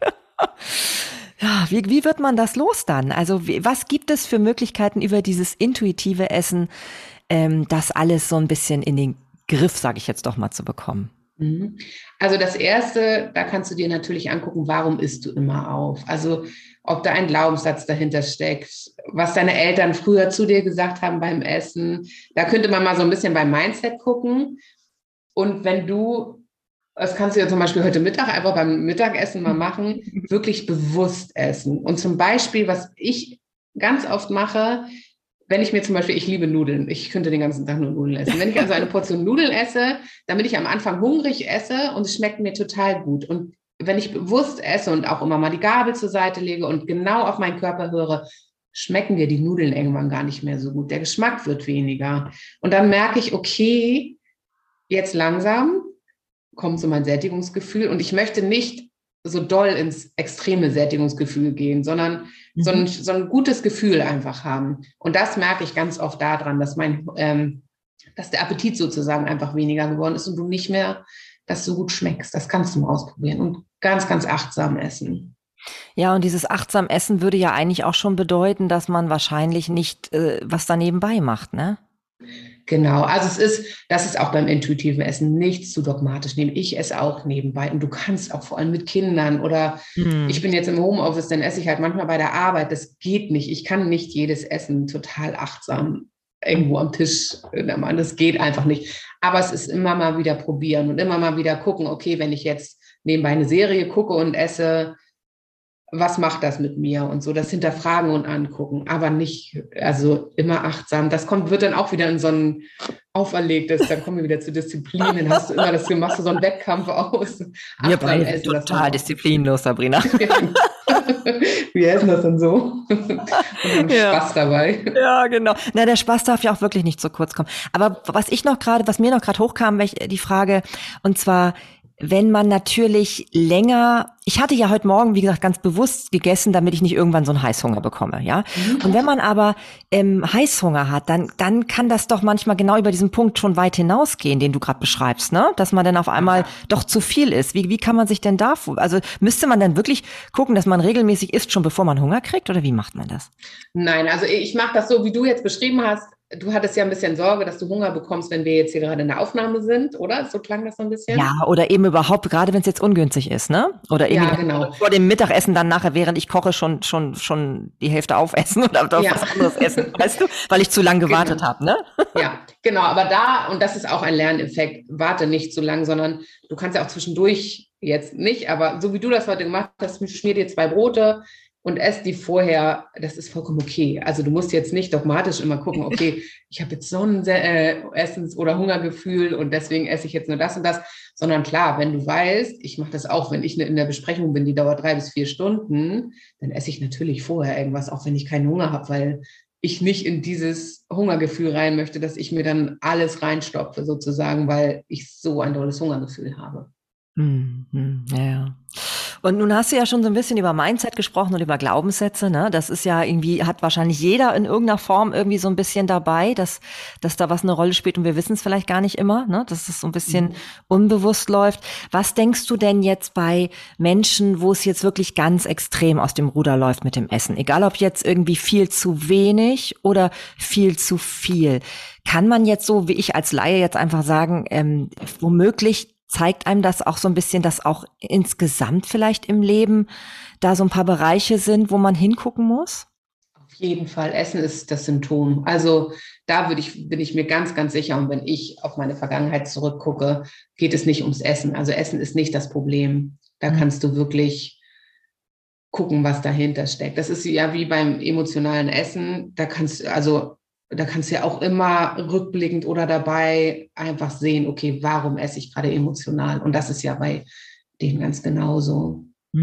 Ja, wie, wie wird man das los dann? Also wie, was gibt es für Möglichkeiten über dieses intuitive Essen, ähm, das alles so ein bisschen in den Griff, sage ich jetzt doch mal, zu bekommen? Also das Erste, da kannst du dir natürlich angucken, warum isst du immer auf? Also ob da ein Glaubenssatz dahinter steckt, was deine Eltern früher zu dir gesagt haben beim Essen. Da könnte man mal so ein bisschen beim Mindset gucken. Und wenn du, das kannst du ja zum Beispiel heute Mittag einfach beim Mittagessen mal machen, wirklich bewusst essen. Und zum Beispiel, was ich ganz oft mache, wenn ich mir zum Beispiel, ich liebe Nudeln, ich könnte den ganzen Tag nur Nudeln essen. Wenn ich also eine Portion Nudeln esse, damit ich am Anfang hungrig esse und es schmeckt mir total gut. Und wenn ich bewusst esse und auch immer mal die Gabel zur Seite lege und genau auf meinen Körper höre, schmecken mir die Nudeln irgendwann gar nicht mehr so gut. Der Geschmack wird weniger. Und dann merke ich, okay, jetzt langsam kommt so mein Sättigungsgefühl und ich möchte nicht so doll ins extreme Sättigungsgefühl gehen, sondern mhm. so, ein, so ein gutes Gefühl einfach haben. Und das merke ich ganz oft daran, dass mein, ähm, dass der Appetit sozusagen einfach weniger geworden ist und du nicht mehr das so gut schmeckst. Das kannst du mal ausprobieren und ganz, ganz achtsam essen. Ja, und dieses achtsam Essen würde ja eigentlich auch schon bedeuten, dass man wahrscheinlich nicht äh, was da nebenbei macht, ne? Genau, also es ist, das ist auch beim intuitiven Essen nichts zu dogmatisch nehmen. Ich esse auch nebenbei und du kannst auch vor allem mit Kindern oder hm. ich bin jetzt im Homeoffice, dann esse ich halt manchmal bei der Arbeit. Das geht nicht. Ich kann nicht jedes Essen total achtsam irgendwo am Tisch machen. Das geht einfach nicht. Aber es ist immer mal wieder probieren und immer mal wieder gucken, okay, wenn ich jetzt nebenbei eine Serie gucke und esse, was macht das mit mir und so, das hinterfragen und angucken, aber nicht, also immer achtsam. Das kommt, wird dann auch wieder in so ein auferlegtes, dann kommen wir wieder zu Disziplin, dann hast du immer das, machst du so einen Wettkampf aus. Wir beide sind total disziplinlos, Sabrina. Wir essen das dann so und haben ja. Spaß dabei. Ja, genau. Na, der Spaß darf ja auch wirklich nicht zu kurz kommen. Aber was ich noch gerade, was mir noch gerade hochkam, die Frage, und zwar, wenn man natürlich länger, ich hatte ja heute Morgen, wie gesagt, ganz bewusst gegessen, damit ich nicht irgendwann so einen Heißhunger bekomme, ja. Mhm. Und wenn man aber ähm, Heißhunger hat, dann dann kann das doch manchmal genau über diesen Punkt schon weit hinausgehen, den du gerade beschreibst, ne? Dass man dann auf einmal doch zu viel isst. Wie wie kann man sich denn da, also müsste man dann wirklich gucken, dass man regelmäßig isst, schon bevor man Hunger kriegt, oder wie macht man das? Nein, also ich mache das so, wie du jetzt beschrieben hast. Du hattest ja ein bisschen Sorge, dass du Hunger bekommst, wenn wir jetzt hier gerade in der Aufnahme sind, oder? So klang das so ein bisschen? Ja, oder eben überhaupt, gerade wenn es jetzt ungünstig ist, ne? Oder eben ja, genau. vor dem Mittagessen dann nachher, während ich koche, schon schon schon die Hälfte aufessen oder doch ja. was anderes essen, weißt du? Weil ich zu lange gewartet genau. habe, ne? Ja, genau. Aber da, und das ist auch ein Lerneffekt, warte nicht zu lang, sondern du kannst ja auch zwischendurch, jetzt nicht, aber so wie du das heute gemacht hast, schmier dir zwei Brote und ess die vorher, das ist vollkommen okay. Also du musst jetzt nicht dogmatisch immer gucken, okay, ich habe jetzt so ein äh, Essens- oder Hungergefühl und deswegen esse ich jetzt nur das und das, sondern klar, wenn du weißt, ich mache das auch, wenn ich in der Besprechung bin, die dauert drei bis vier Stunden, dann esse ich natürlich vorher irgendwas, auch wenn ich keinen Hunger habe, weil ich nicht in dieses Hungergefühl rein möchte, dass ich mir dann alles reinstopfe sozusagen, weil ich so ein tolles Hungergefühl habe. Mhm, ja, ja. Und nun hast du ja schon so ein bisschen über Mindset gesprochen und über Glaubenssätze, ne? Das ist ja irgendwie, hat wahrscheinlich jeder in irgendeiner Form irgendwie so ein bisschen dabei, dass, dass da was eine Rolle spielt und wir wissen es vielleicht gar nicht immer, ne? Dass es so ein bisschen mhm. unbewusst läuft. Was denkst du denn jetzt bei Menschen, wo es jetzt wirklich ganz extrem aus dem Ruder läuft mit dem Essen? Egal ob jetzt irgendwie viel zu wenig oder viel zu viel. Kann man jetzt so, wie ich als Laie jetzt einfach sagen, ähm, womöglich zeigt einem das auch so ein bisschen, dass auch insgesamt vielleicht im Leben da so ein paar Bereiche sind, wo man hingucken muss? Auf jeden Fall. Essen ist das Symptom. Also da würde ich, bin ich mir ganz, ganz sicher. Und wenn ich auf meine Vergangenheit zurückgucke, geht es nicht ums Essen. Also Essen ist nicht das Problem. Da kannst du wirklich gucken, was dahinter steckt. Das ist ja wie beim emotionalen Essen. Da kannst du, also Da kannst du ja auch immer rückblickend oder dabei einfach sehen, okay, warum esse ich gerade emotional? Und das ist ja bei denen ganz genauso.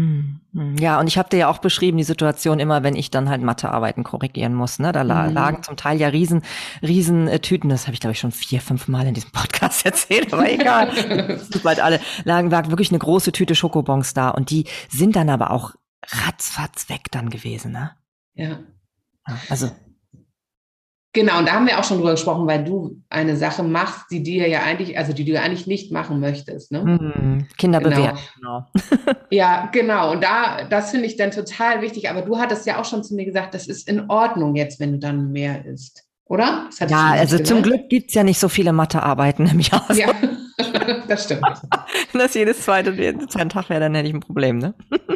Ja, und ich habe dir ja auch beschrieben, die Situation immer, wenn ich dann halt Mathearbeiten korrigieren muss, ne? Da mhm. lagen zum Teil ja riesen, riesen äh, Tüten, das habe ich glaube ich schon vier, fünf Mal in diesem Podcast erzählt, aber egal. Bald alle lagen, lag wirklich eine große Tüte Schokobons da und die sind dann aber auch ratzfatz weg dann gewesen, ne? Ja. Also Genau, und da haben wir auch schon drüber gesprochen, weil du eine Sache machst, die dir ja eigentlich, also die du ja eigentlich nicht machen möchtest. Ne? Mhm. Kinder genau. bewerten. Genau. Ja, genau. Und da, das finde ich dann total wichtig. Aber du hattest ja auch schon zu mir gesagt, das ist in Ordnung jetzt, wenn du dann mehr isst, oder? Ja, also zum Glück gibt's ja nicht so viele Mathearbeiten im Jahr. Ja, das stimmt. Das jedes zweite, jeden zweiten Tag wäre, dann hätte ich ein Problem, ne?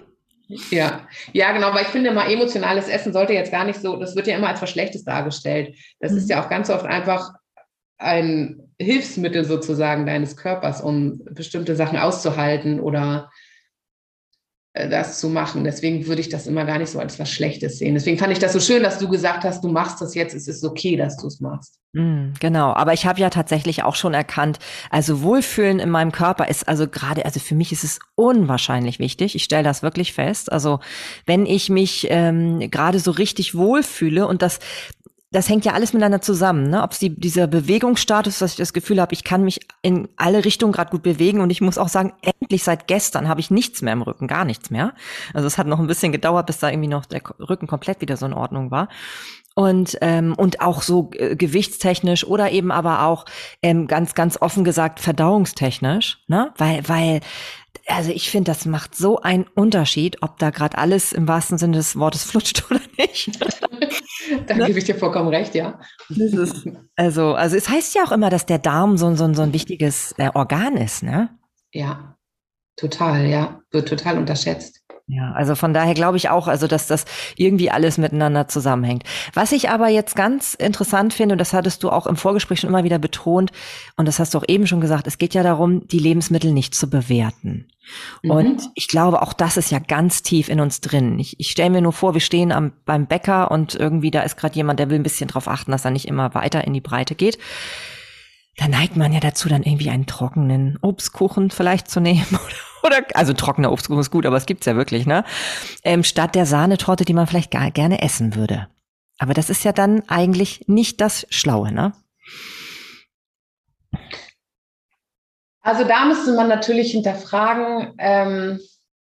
Ja, ja, genau, weil ich finde mal, emotionales Essen sollte jetzt gar nicht so, das wird ja immer als was Schlechtes dargestellt. Das ist Mhm. ja auch ganz oft einfach ein Hilfsmittel sozusagen deines Körpers, um bestimmte Sachen auszuhalten oder äh, das zu machen. Deswegen würde ich das immer gar nicht so als was Schlechtes sehen. Deswegen fand ich das so schön, dass du gesagt hast, du machst das jetzt, es ist okay, dass du es machst. Mm, genau, aber ich habe ja tatsächlich auch schon erkannt, also Wohlfühlen in meinem Körper ist also gerade, also für mich ist es unwahrscheinlich wichtig. Ich stelle das wirklich fest. Also wenn ich mich ähm, gerade so richtig wohlfühle und das das hängt ja alles miteinander zusammen, ne? Ob es die, dieser Bewegungsstatus, dass ich das Gefühl habe, ich kann mich in alle Richtungen gerade gut bewegen und ich muss auch sagen, endlich seit gestern habe ich nichts mehr im Rücken, gar nichts mehr. Also es hat noch ein bisschen gedauert, bis da irgendwie noch der Rücken komplett wieder so in Ordnung war. Und ähm, und auch so äh, gewichtstechnisch oder eben aber auch ähm, ganz ganz offen gesagt verdauungstechnisch, ne? Weil weil also ich finde, das macht so einen Unterschied, ob da gerade alles im wahrsten Sinne des Wortes flutscht oder nicht. Da Ne? gebe ich dir vollkommen recht, ja. Das ist, also, also es heißt ja auch immer, dass der Darm so, ein- so, ein- so ein wichtiges äh, Organ ist, ne? Ja, total, ja. Wird total unterschätzt. Ja, also von daher glaube ich auch, also dass das irgendwie alles miteinander zusammenhängt. Was ich aber jetzt ganz interessant finde, und das hattest du auch im Vorgespräch schon immer wieder betont, und das hast du auch eben schon gesagt, es geht ja darum, die Lebensmittel nicht zu bewerten. Und Mhm. ich glaube, auch das ist ja ganz tief in uns drin. Ich, ich stelle mir nur vor, wir stehen am, beim Bäcker und irgendwie da ist gerade jemand, der will ein bisschen drauf achten, dass er nicht immer weiter in die Breite geht. Da neigt man ja dazu, dann irgendwie einen trockenen Obstkuchen vielleicht zu nehmen. Oder, oder also trockener Obstkuchen ist gut, aber es gibt's ja wirklich, ne? Ähm, statt der Sahnetorte, die man vielleicht gar, gerne essen würde. Aber das ist ja dann eigentlich nicht das Schlaue, ne? Also da müsste man natürlich hinterfragen, ähm,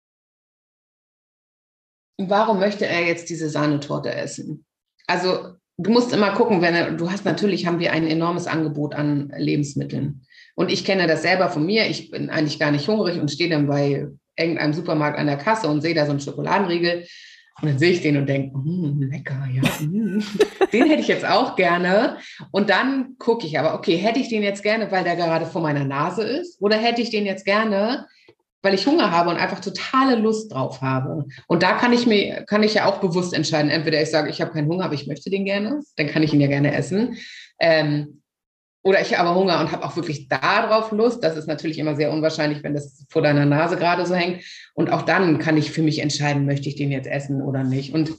warum möchte er jetzt diese Sahnetorte essen? Also du musst immer gucken, wenn er, du hast natürlich, haben wir ein enormes Angebot an Lebensmitteln. Und ich kenne das selber von mir. Ich bin eigentlich gar nicht hungrig und stehe dann bei irgendeinem Supermarkt an der Kasse und sehe da so einen Schokoladenriegel. Und dann sehe ich den und denke, mm, lecker, ja, mm, den hätte ich jetzt auch gerne. Und dann gucke ich aber, okay, hätte ich den jetzt gerne, weil der gerade vor meiner Nase ist? Oder hätte ich den jetzt gerne, weil ich Hunger habe und einfach totale Lust drauf habe? Und da kann ich mir, kann ich ja auch bewusst entscheiden. Entweder ich sage, ich habe keinen Hunger, aber ich möchte den gerne, dann kann ich ihn ja gerne essen. Ähm, oder ich habe Hunger und habe auch wirklich darauf Lust. Das ist natürlich immer sehr unwahrscheinlich, wenn das vor deiner Nase gerade so hängt. Und auch dann kann ich für mich entscheiden, möchte ich den jetzt essen oder nicht. Und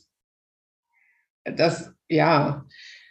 das, ja,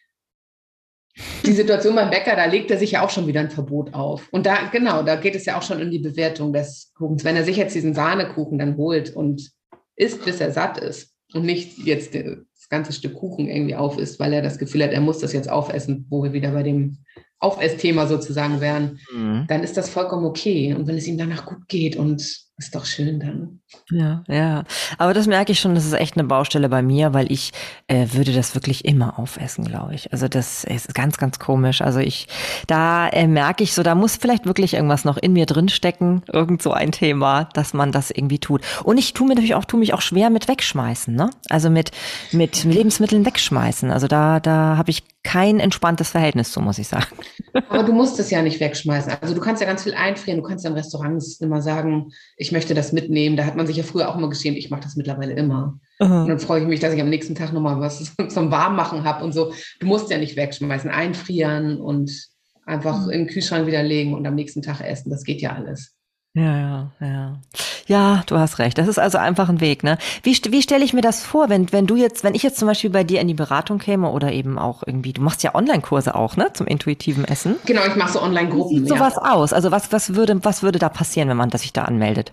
die Situation beim Bäcker, da legt er sich ja auch schon wieder ein Verbot auf. Und da, genau, da geht es ja auch schon in die Bewertung des Kuchens. Wenn er sich jetzt diesen Sahnekuchen dann holt und isst, bis er satt ist und nicht jetzt das ganze Stück Kuchen irgendwie aufisst, weil er das Gefühl hat, er muss das jetzt aufessen, wo wir wieder bei dem Aufessthema sozusagen wären, Mhm. dann ist das vollkommen okay. Und wenn es ihm danach gut geht und ist doch schön dann. Ja, ja. Aber das merke ich schon, das ist echt eine Baustelle bei mir, weil ich äh, würde das wirklich immer aufessen, glaube ich. Also das ist ganz, ganz komisch. Also ich, da äh, merke ich so, da muss vielleicht wirklich irgendwas noch in mir drin stecken, irgend so ein Thema, dass man das irgendwie tut. Und ich tue mir natürlich auch, tue mich auch schwer mit wegschmeißen, ne? Also mit mit Lebensmitteln wegschmeißen. Also da da habe ich kein entspanntes Verhältnis zu, muss ich sagen. Aber du musst es ja nicht wegschmeißen. Also du kannst ja ganz viel einfrieren. Du kannst ja in Restaurants immer sagen, ich möchte das mitnehmen. Da hat man sich ja früher auch immer geschämt. Ich mache das mittlerweile immer. Und Mhm. dann freue ich mich, dass ich am nächsten Tag nochmal was zum Warmmachen habe und so. Du musst ja nicht wegschmeißen, einfrieren und einfach in den Kühlschrank widerlegen und am nächsten Tag essen. Das geht ja alles. Ja, ja, ja. Ja, du hast recht. Das ist also einfach ein Weg, ne? Wie, st- wie stelle ich mir das vor, wenn, wenn du jetzt, wenn ich jetzt zum Beispiel bei dir in die Beratung käme oder eben auch irgendwie, du machst ja Online-Kurse auch, ne, zum intuitiven Essen. Genau, ich mache so Wie Online-Gruppen, sieht ja. sowas aus? Also was, was würde, was würde da passieren, wenn man das sich da anmeldet?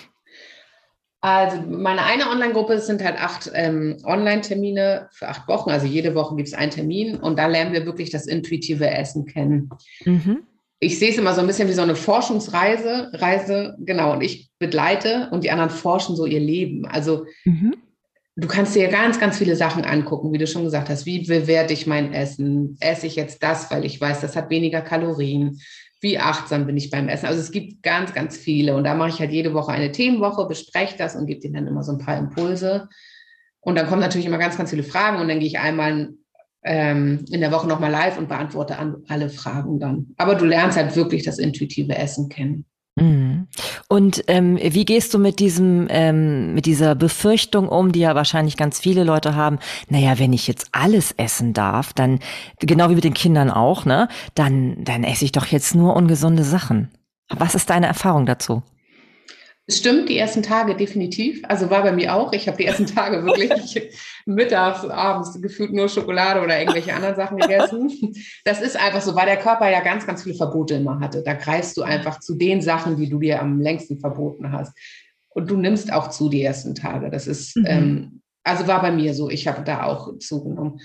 Also meine eine Online-Gruppe sind halt acht ähm, Online-Termine für acht Wochen. Also jede Woche gibt es einen Termin und da lernen wir wirklich das intuitive Essen kennen. Mhm. Ich sehe es immer so ein bisschen wie so eine Forschungsreise, Reise, genau, und ich begleite und die anderen forschen so ihr Leben. Also Mhm. du kannst dir ganz, ganz viele Sachen angucken, wie du schon gesagt hast. Wie bewerte ich mein Essen? Esse ich jetzt das, weil ich weiß, das hat weniger Kalorien? Wie achtsam bin ich beim Essen? Also es gibt ganz, ganz viele. Und da mache ich halt jede Woche eine Themenwoche, bespreche das und gebe denen dann immer so ein paar Impulse. Und dann kommen natürlich immer ganz, ganz viele Fragen. Und dann gehe ich einmal ähm, in der Woche nochmal live und beantworte an, alle Fragen dann. Aber du lernst halt wirklich das intuitive Essen kennen. Mhm. Und ähm, wie gehst du mit diesem, ähm, mit dieser Befürchtung um, die ja wahrscheinlich ganz viele Leute haben? Naja, wenn ich jetzt alles essen darf, dann, genau wie mit den Kindern auch, ne, dann, dann esse ich doch jetzt nur ungesunde Sachen. Was ist deine Erfahrung dazu? Es stimmt, die ersten Tage definitiv. Also war bei mir auch. Ich habe die ersten Tage wirklich mittags, abends gefühlt nur Schokolade oder irgendwelche anderen Sachen gegessen. Das ist einfach so, weil der Körper ja ganz, ganz viele Verbote immer hatte. Da greifst du einfach zu den Sachen, die du dir am längsten verboten hast. Und du nimmst auch zu die ersten Tage. Das ist, Mhm. ähm, also war bei mir so. Ich habe da auch zugenommen.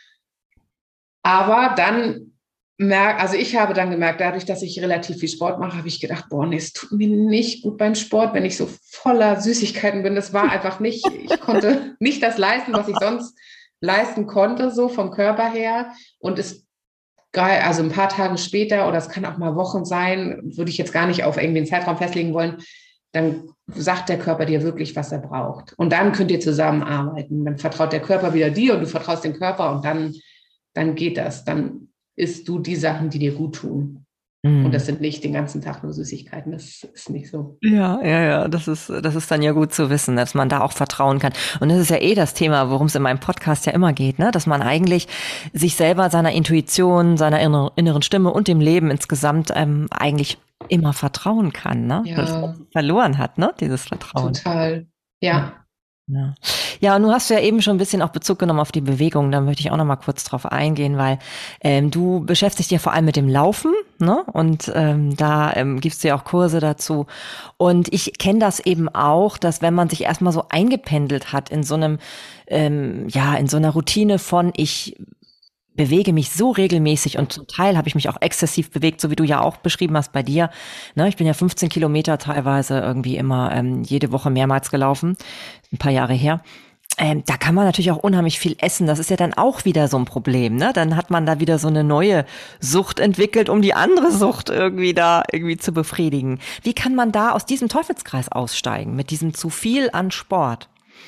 Aber dann merk, also ich habe dann gemerkt, dadurch, dass ich relativ viel Sport mache, habe ich gedacht, boah, nee, es tut mir nicht gut beim Sport, wenn ich so voller Süßigkeiten bin. Das war einfach nicht, ich konnte nicht das leisten, was ich sonst leisten konnte, so vom Körper her. Und es, also ein paar Tage später, oder es kann auch mal Wochen sein, würde ich jetzt gar nicht auf irgendwie einen Zeitraum festlegen wollen, dann sagt der Körper dir wirklich, was er braucht. Und dann könnt ihr zusammenarbeiten. Dann vertraut der Körper wieder dir und du vertraust dem Körper und dann, dann geht das. Dann isst du die Sachen, die dir gut tun. Und Mhm. das sind nicht den ganzen Tag nur Süßigkeiten. Das ist nicht so. Ja, ja, ja, das ist, das ist dann ja gut zu wissen, dass man da auch vertrauen kann. Und das ist ja eh das Thema, worum es in meinem Podcast ja immer geht, ne? Dass man eigentlich sich selber, seiner Intuition, seiner inner, inneren Stimme und dem Leben insgesamt ähm, eigentlich immer vertrauen kann, ne? Dass man Ja, verloren hat, ne? Dieses Vertrauen. total. Ja. Ja. Ja. Ja, und du hast ja eben schon ein bisschen auch Bezug genommen auf die Bewegung. Da möchte ich auch noch mal kurz drauf eingehen, weil ähm, du beschäftigst dich ja vor allem mit dem Laufen, ne? Und ähm, da ähm, gibst du ja auch Kurse dazu. Und ich kenne das eben auch, dass wenn man sich erstmal so eingependelt hat in so einem, ähm, ja, in so einer Routine von ich bewege mich so regelmäßig und zum Teil habe ich mich auch exzessiv bewegt, so wie du ja auch beschrieben hast bei dir. Ne, ich bin ja fünfzehn Kilometer teilweise irgendwie immer ähm, jede Woche mehrmals gelaufen, ein paar Jahre her. Ähm, da kann man natürlich auch unheimlich viel essen. Das ist ja dann auch wieder so ein Problem, ne? Dann hat man da wieder so eine neue Sucht entwickelt, um die andere Sucht irgendwie da irgendwie zu befriedigen. Wie kann man da aus diesem Teufelskreis aussteigen mit diesem zu viel an Sport?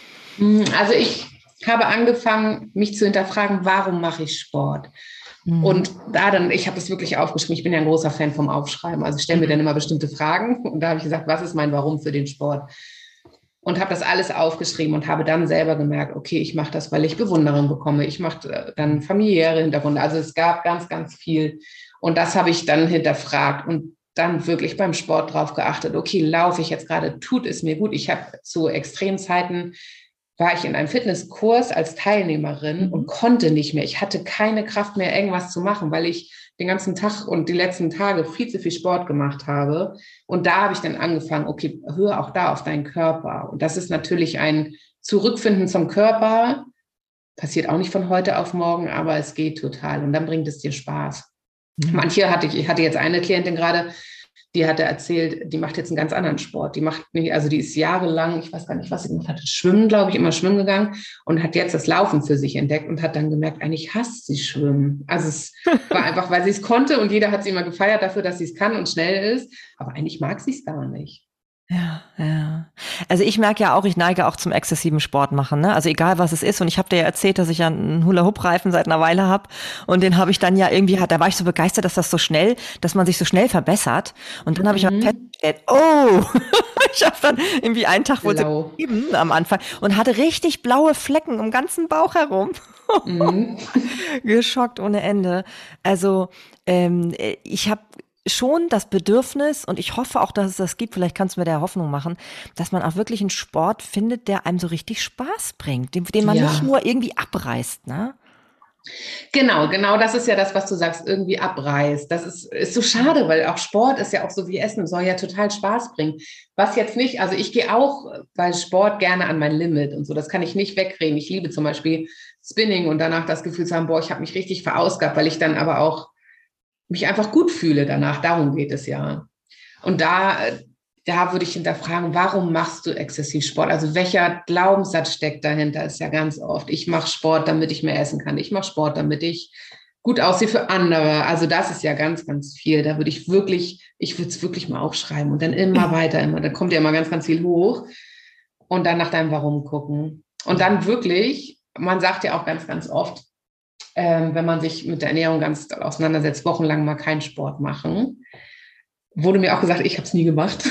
Also ich habe angefangen, mich zu hinterfragen, warum mache ich Sport? Mhm. Und da dann, ich habe das wirklich aufgeschrieben, ich bin ja ein großer Fan vom Aufschreiben. Also ich stelle mir dann immer bestimmte Fragen und da habe ich gesagt, was ist mein Warum für den Sport? Und habe das alles aufgeschrieben und habe dann selber gemerkt, okay, ich mache das, weil ich Bewunderung bekomme. Ich mache dann familiäre Hintergründe. Also es gab ganz, ganz viel. Und das habe ich dann hinterfragt und dann wirklich beim Sport drauf geachtet. Okay, laufe ich jetzt gerade, tut es mir gut. Ich habe zu Extremzeiten war ich in einem Fitnesskurs als Teilnehmerin und Mhm. konnte nicht mehr. Ich hatte keine Kraft mehr, irgendwas zu machen, weil ich den ganzen Tag und die letzten Tage viel zu viel Sport gemacht habe. Und da habe ich dann angefangen, okay, hör auch da auf deinen Körper. Und das ist natürlich ein Zurückfinden zum Körper. Passiert auch nicht von heute auf morgen, aber es geht total. Und dann bringt es dir Spaß. Mhm. Manche hatte ich, ich hatte jetzt eine Klientin gerade, die hatte erzählt, die macht jetzt einen ganz anderen Sport. Die macht nicht, also die ist jahrelang, ich weiß gar nicht, was sie gemacht hat, Schwimmen, glaube ich, immer schwimmen gegangen und hat jetzt das Laufen für sich entdeckt und hat dann gemerkt, eigentlich hasst sie Schwimmen. Also es war einfach, weil sie es konnte und jeder hat sie immer gefeiert dafür, dass sie es kann und schnell ist. Aber eigentlich mag sie es gar nicht. Ja, ja. Also ich merke ja auch, ich neige auch zum exzessiven Sport machen, ne? Also egal was es ist. Und ich habe dir ja erzählt, dass ich ja einen Hula-Hoop-Reifen seit einer Weile habe. Und den habe ich dann ja irgendwie, da war ich so begeistert, dass das so schnell, dass man sich so schnell verbessert. Und dann habe ich aber Mhm. festgestellt, oh, ich habe dann irgendwie einen Tag wohl Blau. sieben am Anfang und hatte richtig blaue Flecken im ganzen Bauch herum. Mhm. Geschockt ohne Ende. Also ähm, ich habe schon das Bedürfnis und ich hoffe auch, dass es das gibt, vielleicht kannst du mir da Hoffnung machen, dass man auch wirklich einen Sport findet, der einem so richtig Spaß bringt, den, den man nicht Ja. nur irgendwie abreißt, ne? Genau, genau das ist ja das, was du sagst, irgendwie abreißt. Das ist, ist so schade, weil auch Sport ist ja auch so wie Essen, soll ja total Spaß bringen. Was jetzt nicht, also ich gehe auch bei Sport gerne an mein Limit und so, das kann ich nicht wegreden. Ich liebe zum Beispiel Spinning und danach das Gefühl zu haben, boah, ich habe mich richtig verausgabt, weil ich dann aber auch mich einfach gut fühle danach. Darum geht es ja. Und da, da würde ich hinterfragen, warum machst du exzessiv Sport? Also welcher Glaubenssatz steckt dahinter? Ist ja ganz oft, ich mache Sport, damit ich mehr essen kann. Ich mache Sport, damit ich gut aussehe für andere. Also das ist ja ganz, ganz viel. Da würde ich wirklich, ich würde es wirklich mal aufschreiben und dann immer weiter, immer. Da kommt ja immer ganz, ganz viel hoch und dann nach deinem Warum gucken. Und dann wirklich, man sagt ja auch ganz, ganz oft, ähm, wenn man sich mit der Ernährung ganz auseinandersetzt, wochenlang mal keinen Sport machen. Wurde mir auch gesagt, ich habe es nie gemacht.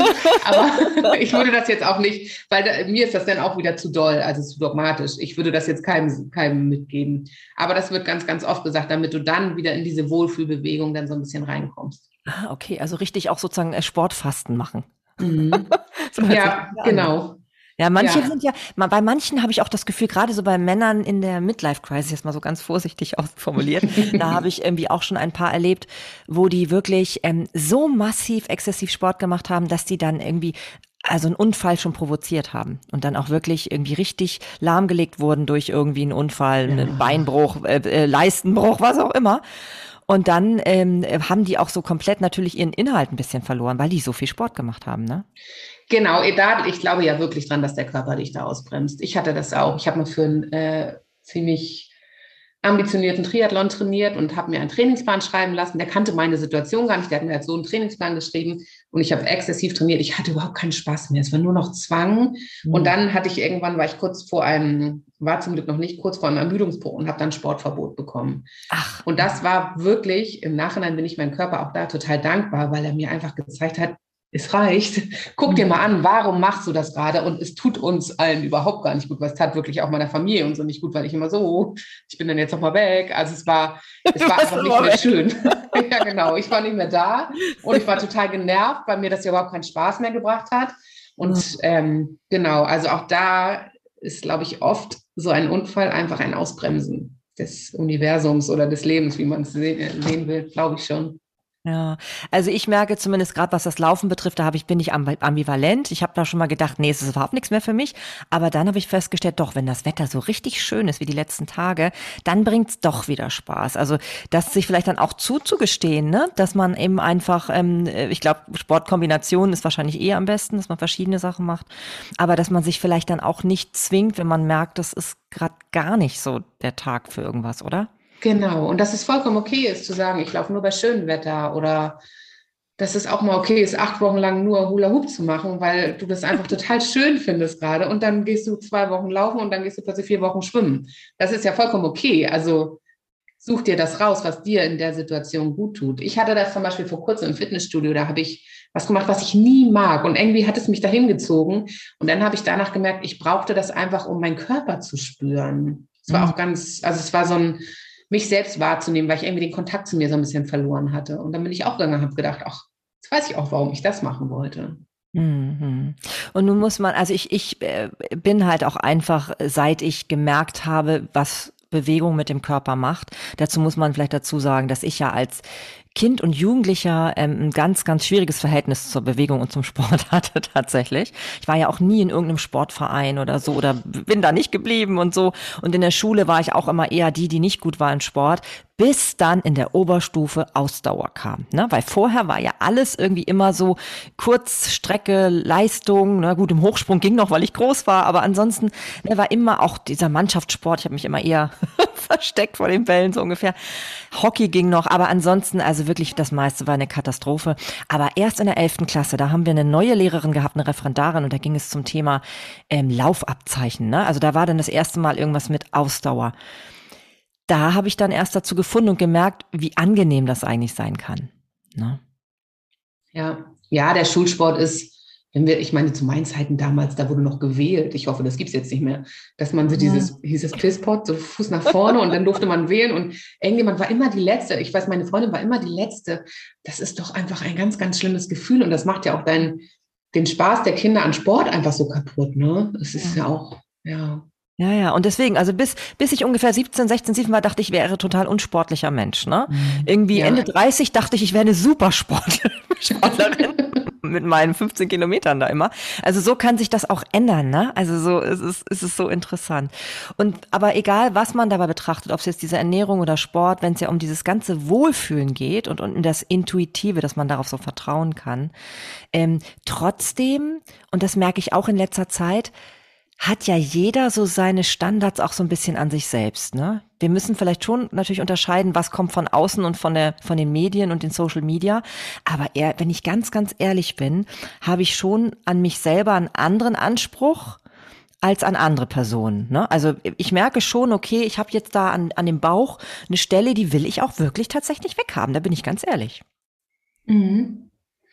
Aber ich würde das jetzt auch nicht, weil da, mir ist das dann auch wieder zu doll, also zu dogmatisch. Ich würde das jetzt keinem, keinem mitgeben. Aber das wird ganz, ganz oft gesagt, damit du dann wieder in diese Wohlfühlbewegung dann so ein bisschen reinkommst. Ah, okay, also richtig auch sozusagen äh, Sportfasten machen. Mhm. So hört sich Ja, das an. genau. Ja, manche Ja. sind ja, ma- bei manchen habe ich auch das Gefühl, gerade so bei Männern in der Midlife-Crisis, jetzt mal so ganz vorsichtig ausformuliert, da habe ich irgendwie auch schon ein paar erlebt, wo die wirklich ähm, so massiv exzessiv Sport gemacht haben, dass die dann irgendwie also einen Unfall schon provoziert haben und dann auch wirklich irgendwie richtig lahmgelegt wurden durch irgendwie einen Unfall, einen Ja. Beinbruch, äh, äh, Leistenbruch, was auch immer. Und dann ähm, haben die auch so komplett natürlich ihren Inhalt ein bisschen verloren, weil die so viel Sport gemacht haben, ne? Genau, da, ich glaube ja wirklich dran, dass der Körper dich da ausbremst. Ich hatte das auch. Ich habe mal für einen äh, ziemlich ambitionierten Triathlon trainiert und habe mir einen Trainingsplan schreiben lassen. Der kannte meine Situation gar nicht. Der hat mir halt so einen Trainingsplan geschrieben und ich habe exzessiv trainiert. Ich hatte überhaupt keinen Spaß mehr. Es war nur noch Zwang. Und Hm. dann hatte ich irgendwann, war ich kurz vor einem, war zum Glück noch nicht, kurz vor einem Ermüdungsbruch und habe dann Sportverbot bekommen. Ach, Und das war wirklich, im Nachhinein bin ich meinem Körper auch da total dankbar, weil er mir einfach gezeigt hat, es reicht. Guck dir mal an, warum machst du das gerade? Und es tut uns allen überhaupt gar nicht gut, weil es tat wirklich auch meiner Familie und so nicht gut, weil ich immer so, ich bin dann jetzt noch mal weg. Also es war, es war was einfach nicht immer mehr weg. schön. Ja, genau. Ich war nicht mehr da und ich war total genervt, weil mir das ja überhaupt keinen Spaß mehr gebracht hat. Und ähm, genau, also auch da ist, glaube ich, oft so ein Unfall einfach ein Ausbremsen des Universums oder des Lebens, wie man es sehen, sehen will, glaube ich schon. Ja, also ich merke zumindest gerade, was das Laufen betrifft, da habe ich bin ich ambi- ambivalent. Ich habe da schon mal gedacht, nee, es ist überhaupt nichts mehr für mich. Aber dann habe ich festgestellt, doch, wenn das Wetter so richtig schön ist wie die letzten Tage, dann bringt's doch wieder Spaß. Also das sich vielleicht dann auch zuzugestehen, ne, dass man eben einfach, ähm, äh, ich glaube, Sportkombination ist wahrscheinlich eh am besten, dass man verschiedene Sachen macht. Aber dass man sich vielleicht dann auch nicht zwingt, wenn man merkt, das ist gerade gar nicht so der Tag für irgendwas, oder? Genau, und dass es vollkommen okay ist zu sagen, ich laufe nur bei schönem Wetter oder dass es auch mal okay ist, acht Wochen lang nur Hula Hoop zu machen, weil du das einfach total schön findest gerade und dann gehst du zwei Wochen laufen und dann gehst du plötzlich vier Wochen schwimmen. Das ist ja vollkommen okay. Also such dir das raus, was dir in der Situation gut tut. Ich hatte das zum Beispiel vor kurzem im Fitnessstudio, da habe ich was gemacht, was ich nie mag und irgendwie hat es mich dahin gezogen und dann habe ich danach gemerkt, ich brauchte das einfach, um meinen Körper zu spüren. Es war auch ganz, also es war so ein mich selbst wahrzunehmen, weil ich irgendwie den Kontakt zu mir so ein bisschen verloren hatte. Und dann bin ich auch gegangen und habe gedacht, ach, jetzt weiß ich auch, warum ich das machen wollte. Mhm. Und nun muss man, also ich, ich äh, bin halt auch einfach, seit ich gemerkt habe, was Bewegung mit dem Körper macht. Dazu muss man vielleicht dazu sagen, dass ich ja als Kind und Jugendlicher ähm, ein ganz, ganz schwieriges Verhältnis zur Bewegung und zum Sport hatte tatsächlich. Ich war ja auch nie in irgendeinem Sportverein oder so oder bin da nicht geblieben und so. Und in der Schule war ich auch immer eher die, die nicht gut war in Sport, bis dann in der Oberstufe Ausdauer kam. Ne? Weil vorher war ja alles irgendwie immer so Kurzstrecke, Leistung. Na gut, im Hochsprung ging noch, weil ich groß war, aber ansonsten ne, war immer auch dieser Mannschaftssport. Ich habe mich immer eher versteckt vor den Bällen so ungefähr. Hockey ging noch, aber ansonsten, also wirklich das meiste war eine Katastrophe. Aber erst in der elften Klasse, da haben wir eine neue Lehrerin gehabt, eine Referendarin, und da ging es zum Thema ähm, Laufabzeichen. Ne? Also da war dann das erste Mal irgendwas mit Ausdauer. Da habe ich dann erst dazu gefunden und gemerkt, wie angenehm das eigentlich sein kann. Ne? Ja, ja, der Schulsport ist, wenn wir, ich meine, zu meinen Zeiten damals, da wurde noch gewählt. Ich hoffe, das gibt es jetzt nicht mehr, dass man so dieses, hieß es Pisspot, so Fuß nach vorne und dann durfte man wählen und irgendjemand war immer die Letzte. Ich weiß, meine Freundin war immer die Letzte. Das ist doch einfach ein ganz, ganz schlimmes Gefühl und das macht ja auch deinen, den Spaß der Kinder an Sport einfach so kaputt, ne? Es ist ja auch, ja. Ja, ja, und deswegen, also bis, bis ich ungefähr siebzehn, sechzehn, siebzehn war, dachte ich, wäre total unsportlicher Mensch, ne? Irgendwie Ende Ja. dreißig dachte ich, ich wäre eine Supersportlerin mit meinen fünfzehn Kilometern da immer. Also so kann sich das auch ändern, ne? Also so, es ist, es ist so interessant. Und, aber egal, was man dabei betrachtet, ob es jetzt diese Ernährung oder Sport, wenn es ja um dieses ganze Wohlfühlen geht und, und um das Intuitive, dass man darauf so vertrauen kann, ähm, trotzdem, und das merke ich auch in letzter Zeit, hat ja jeder so seine Standards auch so ein bisschen an sich selbst, ne? Wir müssen vielleicht schon natürlich unterscheiden, was kommt von außen und von der, von den Medien und den Social Media. Aber eher, wenn ich ganz, ganz ehrlich bin, habe ich schon an mich selber einen anderen Anspruch als an andere Personen, ne? Also ich merke schon, okay, ich habe jetzt da an, an dem Bauch eine Stelle, die will ich auch wirklich tatsächlich weghaben. Da bin ich ganz ehrlich. Mhm.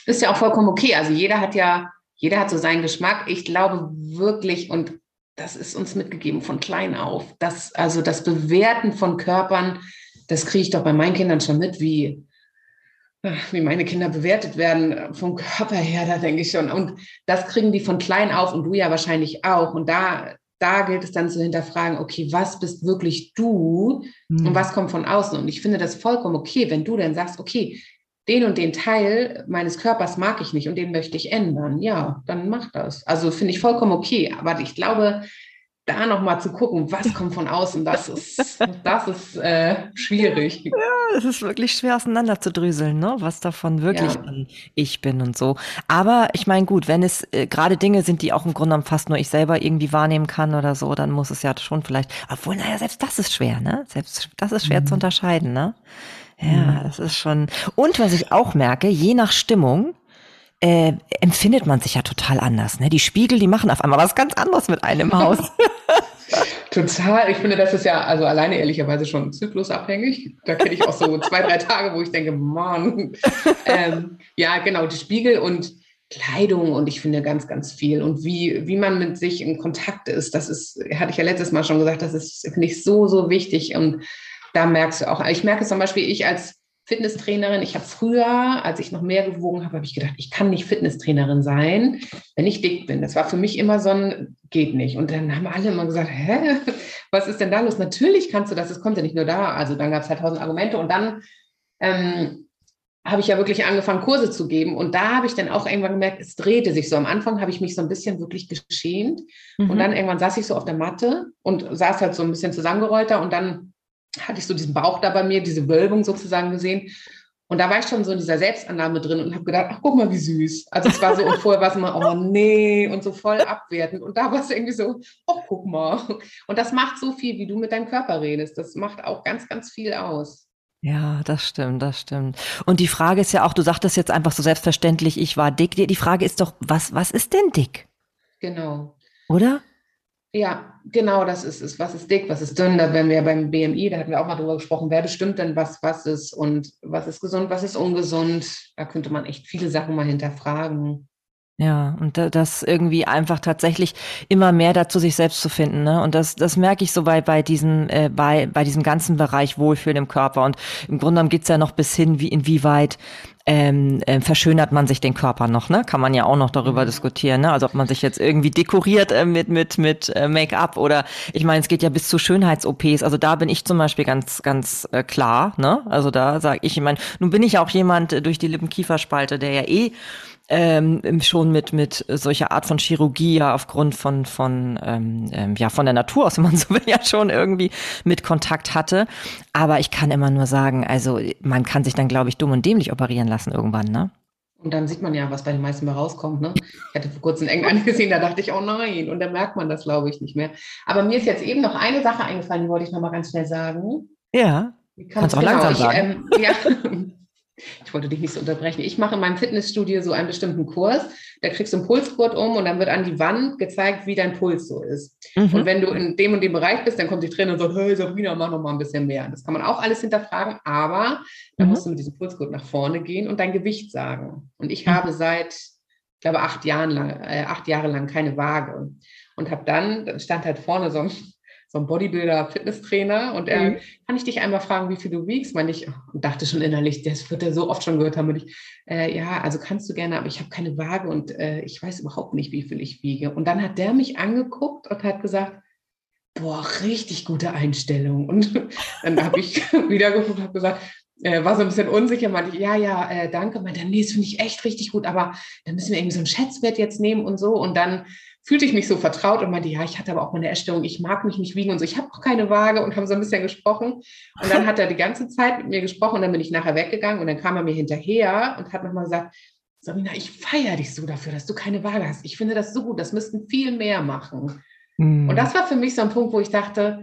Ist ja auch vollkommen okay. Also jeder hat ja, jeder hat so seinen Geschmack. Ich glaube wirklich, und das ist uns mitgegeben von klein auf, dass also das Bewerten von Körpern, das kriege ich doch bei meinen Kindern schon mit, wie, wie meine Kinder bewertet werden vom Körper her, da denke ich schon. Und das kriegen die von klein auf und du ja wahrscheinlich auch. Und da, da gilt es dann zu hinterfragen, okay, was bist wirklich du und was kommt von außen? Und ich finde das vollkommen okay, wenn du dann sagst, okay, den und den Teil meines Körpers mag ich nicht und den möchte ich ändern. Ja, dann mach das. Also finde ich vollkommen okay. Aber ich glaube, da nochmal zu gucken, was kommt von außen, das ist, das ist äh, schwierig. Ja, es ist wirklich schwer auseinander zu dröseln, ne? Was davon wirklich Ja. an ich bin und so. Aber ich meine, gut, wenn es äh, gerade Dinge sind, die auch im Grunde genommen fast nur ich selber irgendwie wahrnehmen kann oder so, dann muss es ja schon vielleicht, obwohl, naja, selbst das ist schwer, ne? Selbst das ist schwer zu Mhm. unterscheiden, ne? Ja, Mhm. das ist schon. Und was ich auch merke, je nach Stimmung, äh, empfindet man sich ja total anders, ne? Die Spiegel, die machen auf einmal was ganz anderes mit einem im Haus. Total. Ich finde, das ist ja also alleine ehrlicherweise schon zyklusabhängig. Da kenne ich auch so zwei, drei Tage, wo ich denke, Mann. Ähm, ja, genau, die Spiegel und Kleidung und ich finde ganz, ganz viel. Und wie, wie man mit sich in Kontakt ist, das ist, hatte ich ja letztes Mal schon gesagt, das ist, finde ich, so, so wichtig. Und da merkst du auch, ich merke zum Beispiel, ich als Fitnesstrainerin, ich habe früher, als ich noch mehr gewogen habe, habe ich gedacht, ich kann nicht Fitnesstrainerin sein, wenn ich dick bin. Das war für mich immer so ein, geht nicht. Und dann haben alle immer gesagt, hä, was ist denn da los? Natürlich kannst du das, es kommt ja nicht nur da. Also dann gab es halt tausend Argumente und dann ähm, habe ich ja wirklich angefangen, Kurse zu geben. Und da habe ich dann auch irgendwann gemerkt, es drehte sich so. Am Anfang habe ich mich so ein bisschen wirklich geschämt. Und Mhm. dann irgendwann saß ich so auf der Matte und saß halt so ein bisschen zusammengerollter und dann hatte ich so diesen Bauch da bei mir, diese Wölbung sozusagen gesehen. Und da war ich schon so in dieser Selbstannahme drin und habe gedacht, ach, guck mal, wie süß. Also es war so, und vorher war es immer, oh nee, und so voll abwertend. Und da war es irgendwie so, oh, guck mal. Und das macht so viel, wie du mit deinem Körper redest. Das macht auch ganz, ganz viel aus. Ja, das stimmt, das stimmt. Und die Frage ist ja auch, du sagtest jetzt einfach so selbstverständlich, ich war dick. Die die Frage ist doch, was, was ist denn dick? Genau. Oder? Ja, genau, das ist es. Was ist dick, was ist dünn? Da wären wir ja beim B M I, da hatten wir auch mal drüber gesprochen, wer bestimmt denn, was was ist und was ist gesund, was ist ungesund. Da könnte man echt viele Sachen mal hinterfragen. Ja, und da, das irgendwie einfach tatsächlich immer mehr dazu sich selbst zu finden, ne? Und das, das merke ich so bei, bei diesem, äh, bei, bei diesem ganzen Bereich Wohlfühlen im Körper. Und im Grunde genommen geht's ja noch bis hin, wie, inwieweit ähm, äh, verschönert man sich den Körper noch, ne? Kann man ja auch noch darüber Mhm. diskutieren, ne? Also ob man sich jetzt irgendwie dekoriert äh, mit, mit, mit äh, Make-up oder ich meine, es geht ja bis zu Schönheits-O Ps. Also da bin ich zum Beispiel ganz, ganz äh, klar, ne? Also da sage ich, ich meine, nun bin ich ja auch jemand äh, durch die Lippenkieferspalte, der ja eh ähm, schon mit mit solcher Art von Chirurgie ja aufgrund von von ähm, ähm, ja von der Natur aus, wenn man so will, ja schon irgendwie mit Kontakt hatte. Aber ich kann immer nur sagen, also man kann sich dann, glaube ich, dumm und dämlich operieren lassen irgendwann, ne? Und dann sieht man ja, was bei den meisten mal rauskommt. Ne? Ich hatte vor kurzem irgendeine gesehen, da dachte ich, oh nein, und dann merkt man das, glaube ich, nicht mehr. Aber mir ist jetzt eben noch eine Sache eingefallen, die wollte ich noch mal ganz schnell sagen. Ja, Wie kann, kannst auch genau, langsam ich, sagen. ähm, ja, ich wollte dich nicht so unterbrechen. Ich mache in meinem Fitnessstudio so einen bestimmten Kurs. Da kriegst du einen Pulsgurt um und dann wird an die Wand gezeigt, wie dein Puls so ist. Und Mhm. wenn du in dem und dem Bereich bist, dann kommt die Trainerin und sagt, hey Sabrina, mach noch mal ein bisschen mehr. Das kann man auch alles hinterfragen, aber da Mhm. musst du mit diesem Pulsgurt nach vorne gehen und dein Gewicht sagen. Und ich Mhm. habe seit, ich glaube, acht Jahren lang, äh, acht Jahre lang keine Waage und habe dann, dann stand halt vorne so ein so ein Bodybuilder-Fitnesstrainer und er, Mhm. kann ich dich einmal fragen, wie viel du wiegst? Meine ich, und dachte schon innerlich, das wird er so oft schon gehört haben. Und ich, äh, ja, also kannst du gerne, aber ich habe keine Waage und äh, ich weiß überhaupt nicht, wie viel ich wiege. Und dann hat der mich angeguckt und hat gesagt, boah, richtig gute Einstellung. Und dann habe ich wieder geguckt und habe gesagt, äh, war so ein bisschen unsicher, meinte ich, ja, ja, äh, danke. Meinte, nee, das finde ich echt richtig gut, aber dann müssen wir irgendwie so einen Schätzwert jetzt nehmen und so. Und dann fühlte ich mich so vertraut und meinte, ja, ich hatte aber auch mal eine Essstörung, ich mag mich nicht wiegen und so, ich habe auch keine Waage und haben so ein bisschen gesprochen. Und dann hat er die ganze Zeit mit mir gesprochen und dann bin ich nachher weggegangen und dann kam er mir hinterher und hat nochmal gesagt, Sabina, ich feiere dich so dafür, dass du keine Waage hast. Ich finde das so gut, das müssten viel mehr machen. Und Mhm. das war für mich so ein Punkt, wo ich dachte,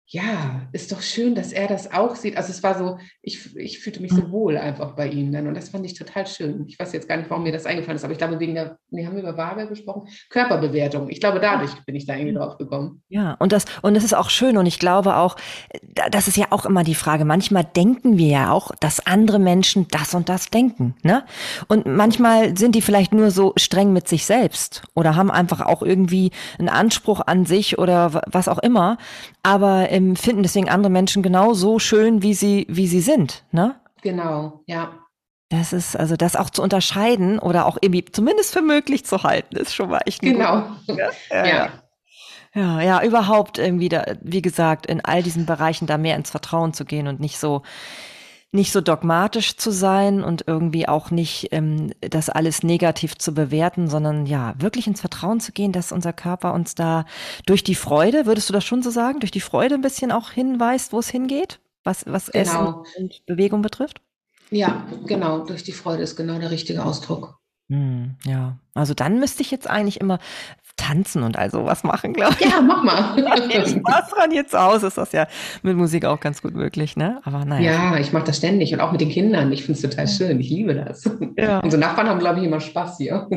ja, ist doch schön, dass er das auch sieht. Also es war so, ich, ich fühlte mich so wohl einfach bei ihm dann und das fand ich total schön. Ich weiß jetzt gar nicht, warum mir das eingefallen ist, aber ich glaube, wegen der, wir haben über Waage gesprochen, Körperbewertung. Ich glaube, dadurch bin ich da irgendwie drauf gekommen. Ja, und das, und das ist auch schön. Und ich glaube auch, da- das ist ja auch immer die Frage. Manchmal denken wir ja auch, dass andere Menschen das und das denken, ne? Und manchmal sind die vielleicht nur so streng mit sich selbst oder haben einfach auch irgendwie einen Anspruch an sich oder wa- was auch immer. Aber ähm, finden deswegen andere Menschen genauso schön, wie sie, wie sie sind, ne? Genau, ja, Das ist, also das auch zu unterscheiden oder auch irgendwie zumindest für möglich zu halten, ist schon mal echt ein guter. genau. Ja, ja. Ja, Ja, ja, überhaupt irgendwie da, wie gesagt, in all diesen Bereichen da mehr ins Vertrauen zu gehen und nicht so, nicht so dogmatisch zu sein und irgendwie auch nicht ähm, das alles negativ zu bewerten, sondern ja, wirklich ins Vertrauen zu gehen, dass unser Körper uns da durch die Freude, würdest du das schon so sagen, durch die Freude ein bisschen auch hinweist, wo es hingeht, was, was Essen genau. und Bewegung betrifft? Ja, genau. Durch die Freude ist genau der richtige Ausdruck. Hm, ja, also dann müsste ich jetzt eigentlich immer tanzen und all sowas machen, glaube ich. Ja, mach mal. Viel Spaß dran. Hier zu Hause ist das ja mit Musik auch ganz gut möglich, ne? Aber naja. Ja, ich mache das ständig und auch mit den Kindern. Ich finde es total schön. Ich liebe das. Ja. Unsere Nachbarn haben, glaube ich, immer Spaß hier.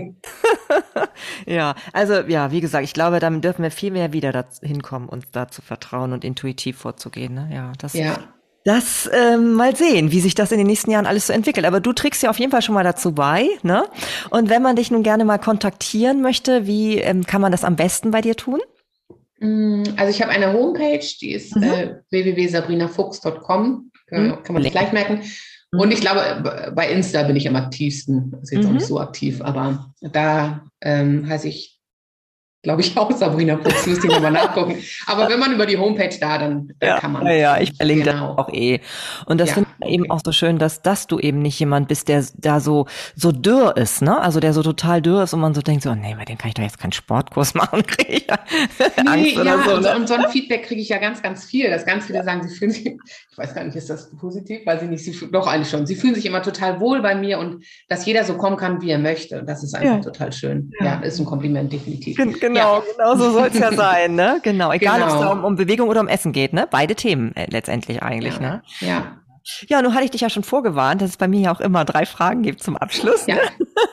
Ja, also ja, wie gesagt, ich glaube, damit dürfen wir viel mehr wieder dazu hinkommen, uns da zu vertrauen und intuitiv vorzugehen. Ne? Ja, das, Ja, das ähm, mal sehen, wie sich das in den nächsten Jahren alles so entwickelt. Aber du trägst ja auf jeden Fall schon mal dazu bei, ne? Und wenn man dich nun gerne mal kontaktieren möchte, wie ähm, kann man das am besten bei dir tun? Mm, also ich habe eine Homepage, die ist Mhm. äh, w w w punkt sabrina fuchs punkt com. Äh, Mhm. kann man sich gleich merken. Und ich glaube, b- bei Insta bin ich am aktivsten. Ist jetzt auch Mhm. nicht so aktiv, aber da ähm, heiße ich, glaube ich, auch Sabrina Fuchs. Müsste ich nochmal nachgucken. Aber wenn man über die Homepage da, dann, dann Ja, kann ja, man. ja, ich verlinke das Genau. auch eh. Und das Ja, finde ich eben okay. auch so schön, dass, dass du eben nicht jemand bist, der da so, so dürr ist, ne? Also der so total dürr ist und man so denkt so, oh nee, bei dem kann ich doch jetzt keinen Sportkurs machen, kriege ich ja Angst Nee, oder ja, so, und so, ne? und so ein Feedback kriege ich ja ganz, ganz viel, dass ganz viele sagen, sie fühlen sich, ich weiß gar nicht, ist das positiv? Weiß ich nicht, sie, fühlen- doch eigentlich schon. Sie fühlen sich immer total wohl bei mir und dass jeder so kommen kann, wie er möchte. Das ist einfach Ja, total schön. Ja, ja. ist ein Kompliment, definitiv. Gen- Ja, Genau, genau so soll es ja sein, ne? Genau. Egal, ob es da um, genau. um Bewegung oder um Essen geht, ne? Beide Themen äh, letztendlich eigentlich, Ja, ne? ja, Ja, nun hatte ich dich ja schon vorgewarnt, dass es bei mir ja auch immer drei Fragen gibt zum Abschluss, ne? ja.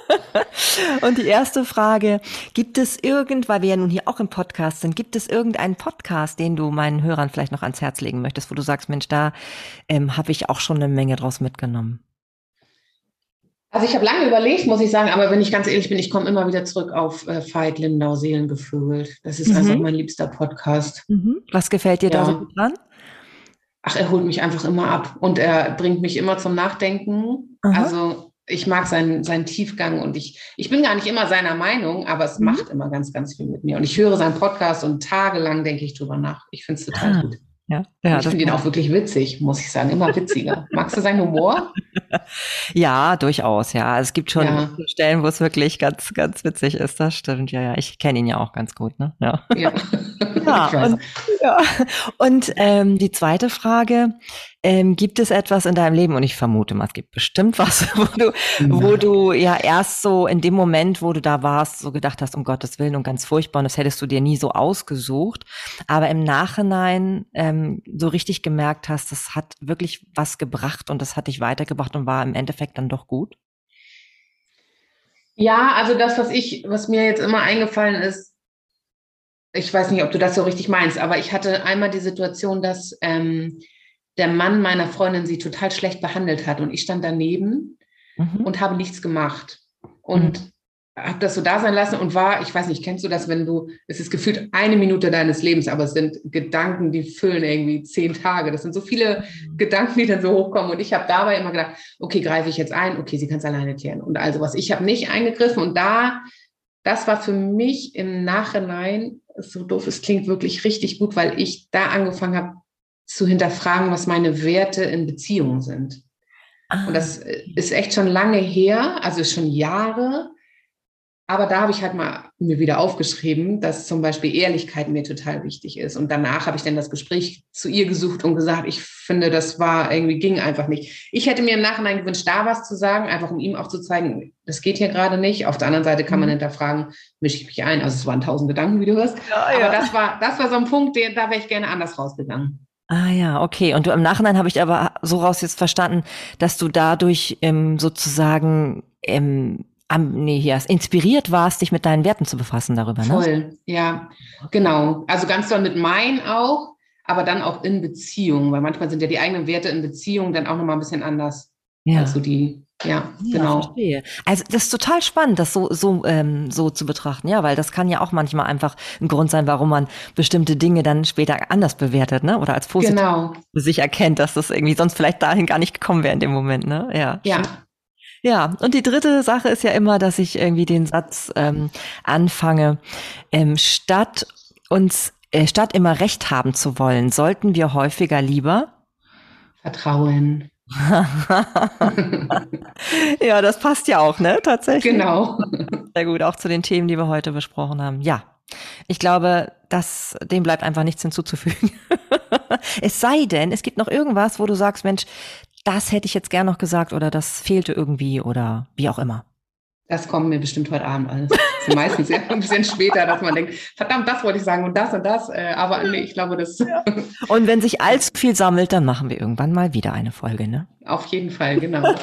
Und die erste Frage, gibt es irgend, weil wir ja nun hier auch im Podcast sind, gibt es irgendeinen Podcast, den du meinen Hörern vielleicht noch ans Herz legen möchtest, wo du sagst, Mensch, da ähm, habe ich auch schon eine Menge draus mitgenommen? Also ich habe lange überlegt, muss ich sagen, aber wenn ich ganz ehrlich bin, ich komme immer wieder zurück auf äh, Veit Lindau, Seelengevögelt. Das ist einfach Mhm. mein liebster Podcast. Mhm. Was gefällt dir da so Ja. gut dran? Ach, er holt mich einfach immer ab und er bringt mich immer zum Nachdenken. Aha. Also ich mag seinen, seinen Tiefgang und ich, ich bin gar nicht immer seiner Meinung, aber es Mhm. macht immer ganz, ganz viel mit mir. Und ich höre seinen Podcast und tagelang denke ich drüber nach. Ich finde es total Ah, gut. ja, Und ja, ich das finde ihn auch wirklich witzig, muss ich sagen, immer witziger. Magst du seinen Humor? ja, durchaus, ja. Also es gibt schon Ja, Stellen, wo es wirklich ganz, ganz witzig ist. Das stimmt, ja, ja. Ich kenne ihn ja auch ganz gut, ne? Ja. ja, Ja, ich weiß. und, ja. Und ähm, die zweite Frage, ähm, gibt es etwas in deinem Leben, und ich vermute mal, es gibt bestimmt was, wo du, wo Ja. du ja erst so in dem Moment, wo du da warst, so gedacht hast, um Gottes Willen und ganz furchtbar, und das hättest du dir nie so ausgesucht, aber im Nachhinein ähm, so richtig gemerkt hast, das hat wirklich was gebracht und das hat dich weitergebracht und war im Endeffekt dann doch gut? Ja, also das, was ich, was mir jetzt immer eingefallen ist, ich weiß nicht, ob du das so richtig meinst, aber ich hatte einmal die Situation, dass ähm, der Mann meiner Freundin sie total schlecht behandelt hat und ich stand daneben Mhm. und habe nichts gemacht Mhm. und habe das so da sein lassen und war, ich weiß nicht, kennst du das, wenn du, es ist gefühlt eine Minute deines Lebens, aber es sind Gedanken, die füllen irgendwie zehn Tage. Das sind so viele Gedanken, die dann so hochkommen und ich habe dabei immer gedacht, okay, greife ich jetzt ein, okay, sie kann es alleine klären und also was. Ich habe nicht eingegriffen und da, das war für mich im Nachhinein, so doof es klingt, wirklich richtig gut, weil ich da angefangen habe zu hinterfragen, was meine Werte in Beziehungen sind. Und Ah, das ist echt schon lange her, also schon Jahre. Aber da habe ich halt mal mir wieder aufgeschrieben, dass zum Beispiel Ehrlichkeit mir total wichtig ist. Und danach habe ich dann das Gespräch zu ihr gesucht und gesagt, ich finde, das war irgendwie, ging einfach nicht. Ich hätte mir im Nachhinein gewünscht, da was zu sagen, einfach um ihm auch zu zeigen, das geht hier gerade nicht. Auf der anderen Seite kann man hinterfragen, mische ich mich ein? Also es waren tausend Gedanken, wie du hörst. Ja, Aber ja. das war, das war so ein Punkt, der, da wäre ich gerne anders rausgegangen. Ah ja, okay. Und du im Nachhinein habe ich aber so raus jetzt verstanden, dass du dadurch ähm, sozusagen ähm, am, nee, hier, inspiriert warst, dich mit deinen Werten zu befassen darüber, ne? Voll, ja, genau. Also ganz doll mit meinen auch, aber dann auch in Beziehung, weil manchmal sind ja die eigenen Werte in Beziehung dann auch nochmal ein bisschen anders Ja. als so die, ja, Ja, genau. verstehe. Also das ist total spannend, das so so ähm, so zu betrachten, ja, weil das kann ja auch manchmal einfach ein Grund sein, warum man bestimmte Dinge dann später anders bewertet, ne, oder als positiv Genau, für sich erkennt, dass das irgendwie sonst vielleicht dahin gar nicht gekommen wäre in dem Moment, ne? Ja. ja. Ja, und die dritte Sache ist ja immer, dass ich irgendwie den Satz ähm, anfange, ähm, statt uns, äh, statt immer Recht haben zu wollen, sollten wir häufiger lieber Vertrauen. Ja, das passt ja auch, ne? Tatsächlich. Genau. Sehr gut, auch zu den Themen, die wir heute besprochen haben. Ja, ich glaube, das, dem bleibt einfach nichts hinzuzufügen. Es sei denn, es gibt noch irgendwas, wo du sagst, Mensch, das hätte ich jetzt gern noch gesagt oder das fehlte irgendwie oder wie auch immer. Das kommt mir bestimmt heute Abend alles. Das ist meistens ja ein bisschen später, dass man denkt, verdammt, das wollte ich sagen und das und das. Äh, aber nee, ich glaube, das Ja. Und wenn sich allzu viel sammelt, dann machen wir irgendwann mal wieder eine Folge, ne? Auf jeden Fall, genau.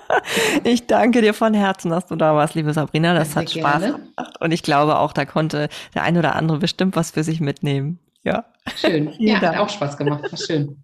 Ich danke dir von Herzen, dass du da warst, liebe Sabrina. Das Sehr hat Spaß gerne. gemacht. Und ich glaube auch, da konnte der ein oder andere bestimmt was für sich mitnehmen. Ja. Schön. Vielen Ja, Dank. hat auch Spaß gemacht. War schön.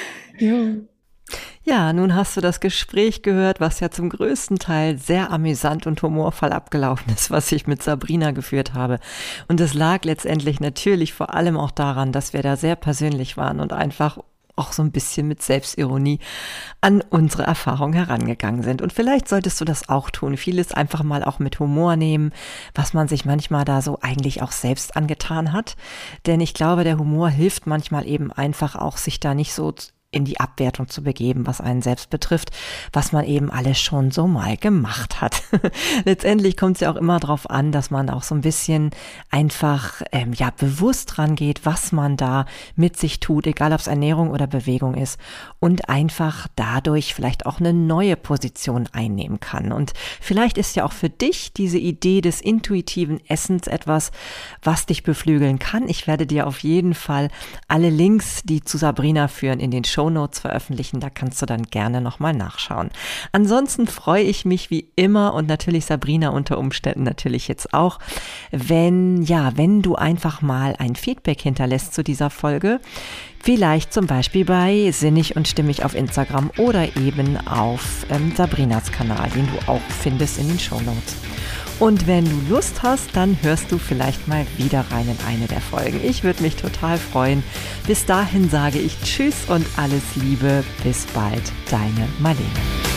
Ja. Ja, nun hast du das Gespräch gehört, was ja zum größten Teil sehr amüsant und humorvoll abgelaufen ist, was ich mit Sabrina geführt habe. Und es lag letztendlich natürlich vor allem auch daran, dass wir da sehr persönlich waren und einfach auch so ein bisschen mit Selbstironie an unsere Erfahrung herangegangen sind. Und vielleicht solltest du das auch tun. Vieles einfach mal auch mit Humor nehmen, was man sich manchmal da so eigentlich auch selbst angetan hat. Denn ich glaube, der Humor hilft manchmal eben einfach auch, sich da nicht so in die Abwertung zu begeben, was einen selbst betrifft, was man eben alles schon so mal gemacht hat. Letztendlich kommt es ja auch immer darauf an, dass man auch so ein bisschen einfach ähm, ja bewusst rangeht, was man da mit sich tut, egal ob es Ernährung oder Bewegung ist und einfach dadurch vielleicht auch eine neue Position einnehmen kann. Und vielleicht ist ja auch für dich diese Idee des intuitiven Essens etwas, was dich beflügeln kann. Ich werde dir auf jeden Fall alle Links, die zu Sabrina führen, in den Shownotes veröffentlichen. Da kannst du dann gerne nochmal nachschauen. Ansonsten freue ich mich wie immer und natürlich Sabrina unter Umständen natürlich jetzt auch, wenn, ja, wenn du einfach mal ein Feedback hinterlässt zu dieser Folge. Vielleicht zum Beispiel bei Sinnig und Stimmig auf Instagram oder eben auf ähm, Sabrinas Kanal, den du auch findest in den Shownotes. Und wenn du Lust hast, dann hörst du vielleicht mal wieder rein in eine der Folgen. Ich würde mich total freuen. Bis dahin sage ich Tschüss und alles Liebe. Bis bald, deine Marlene.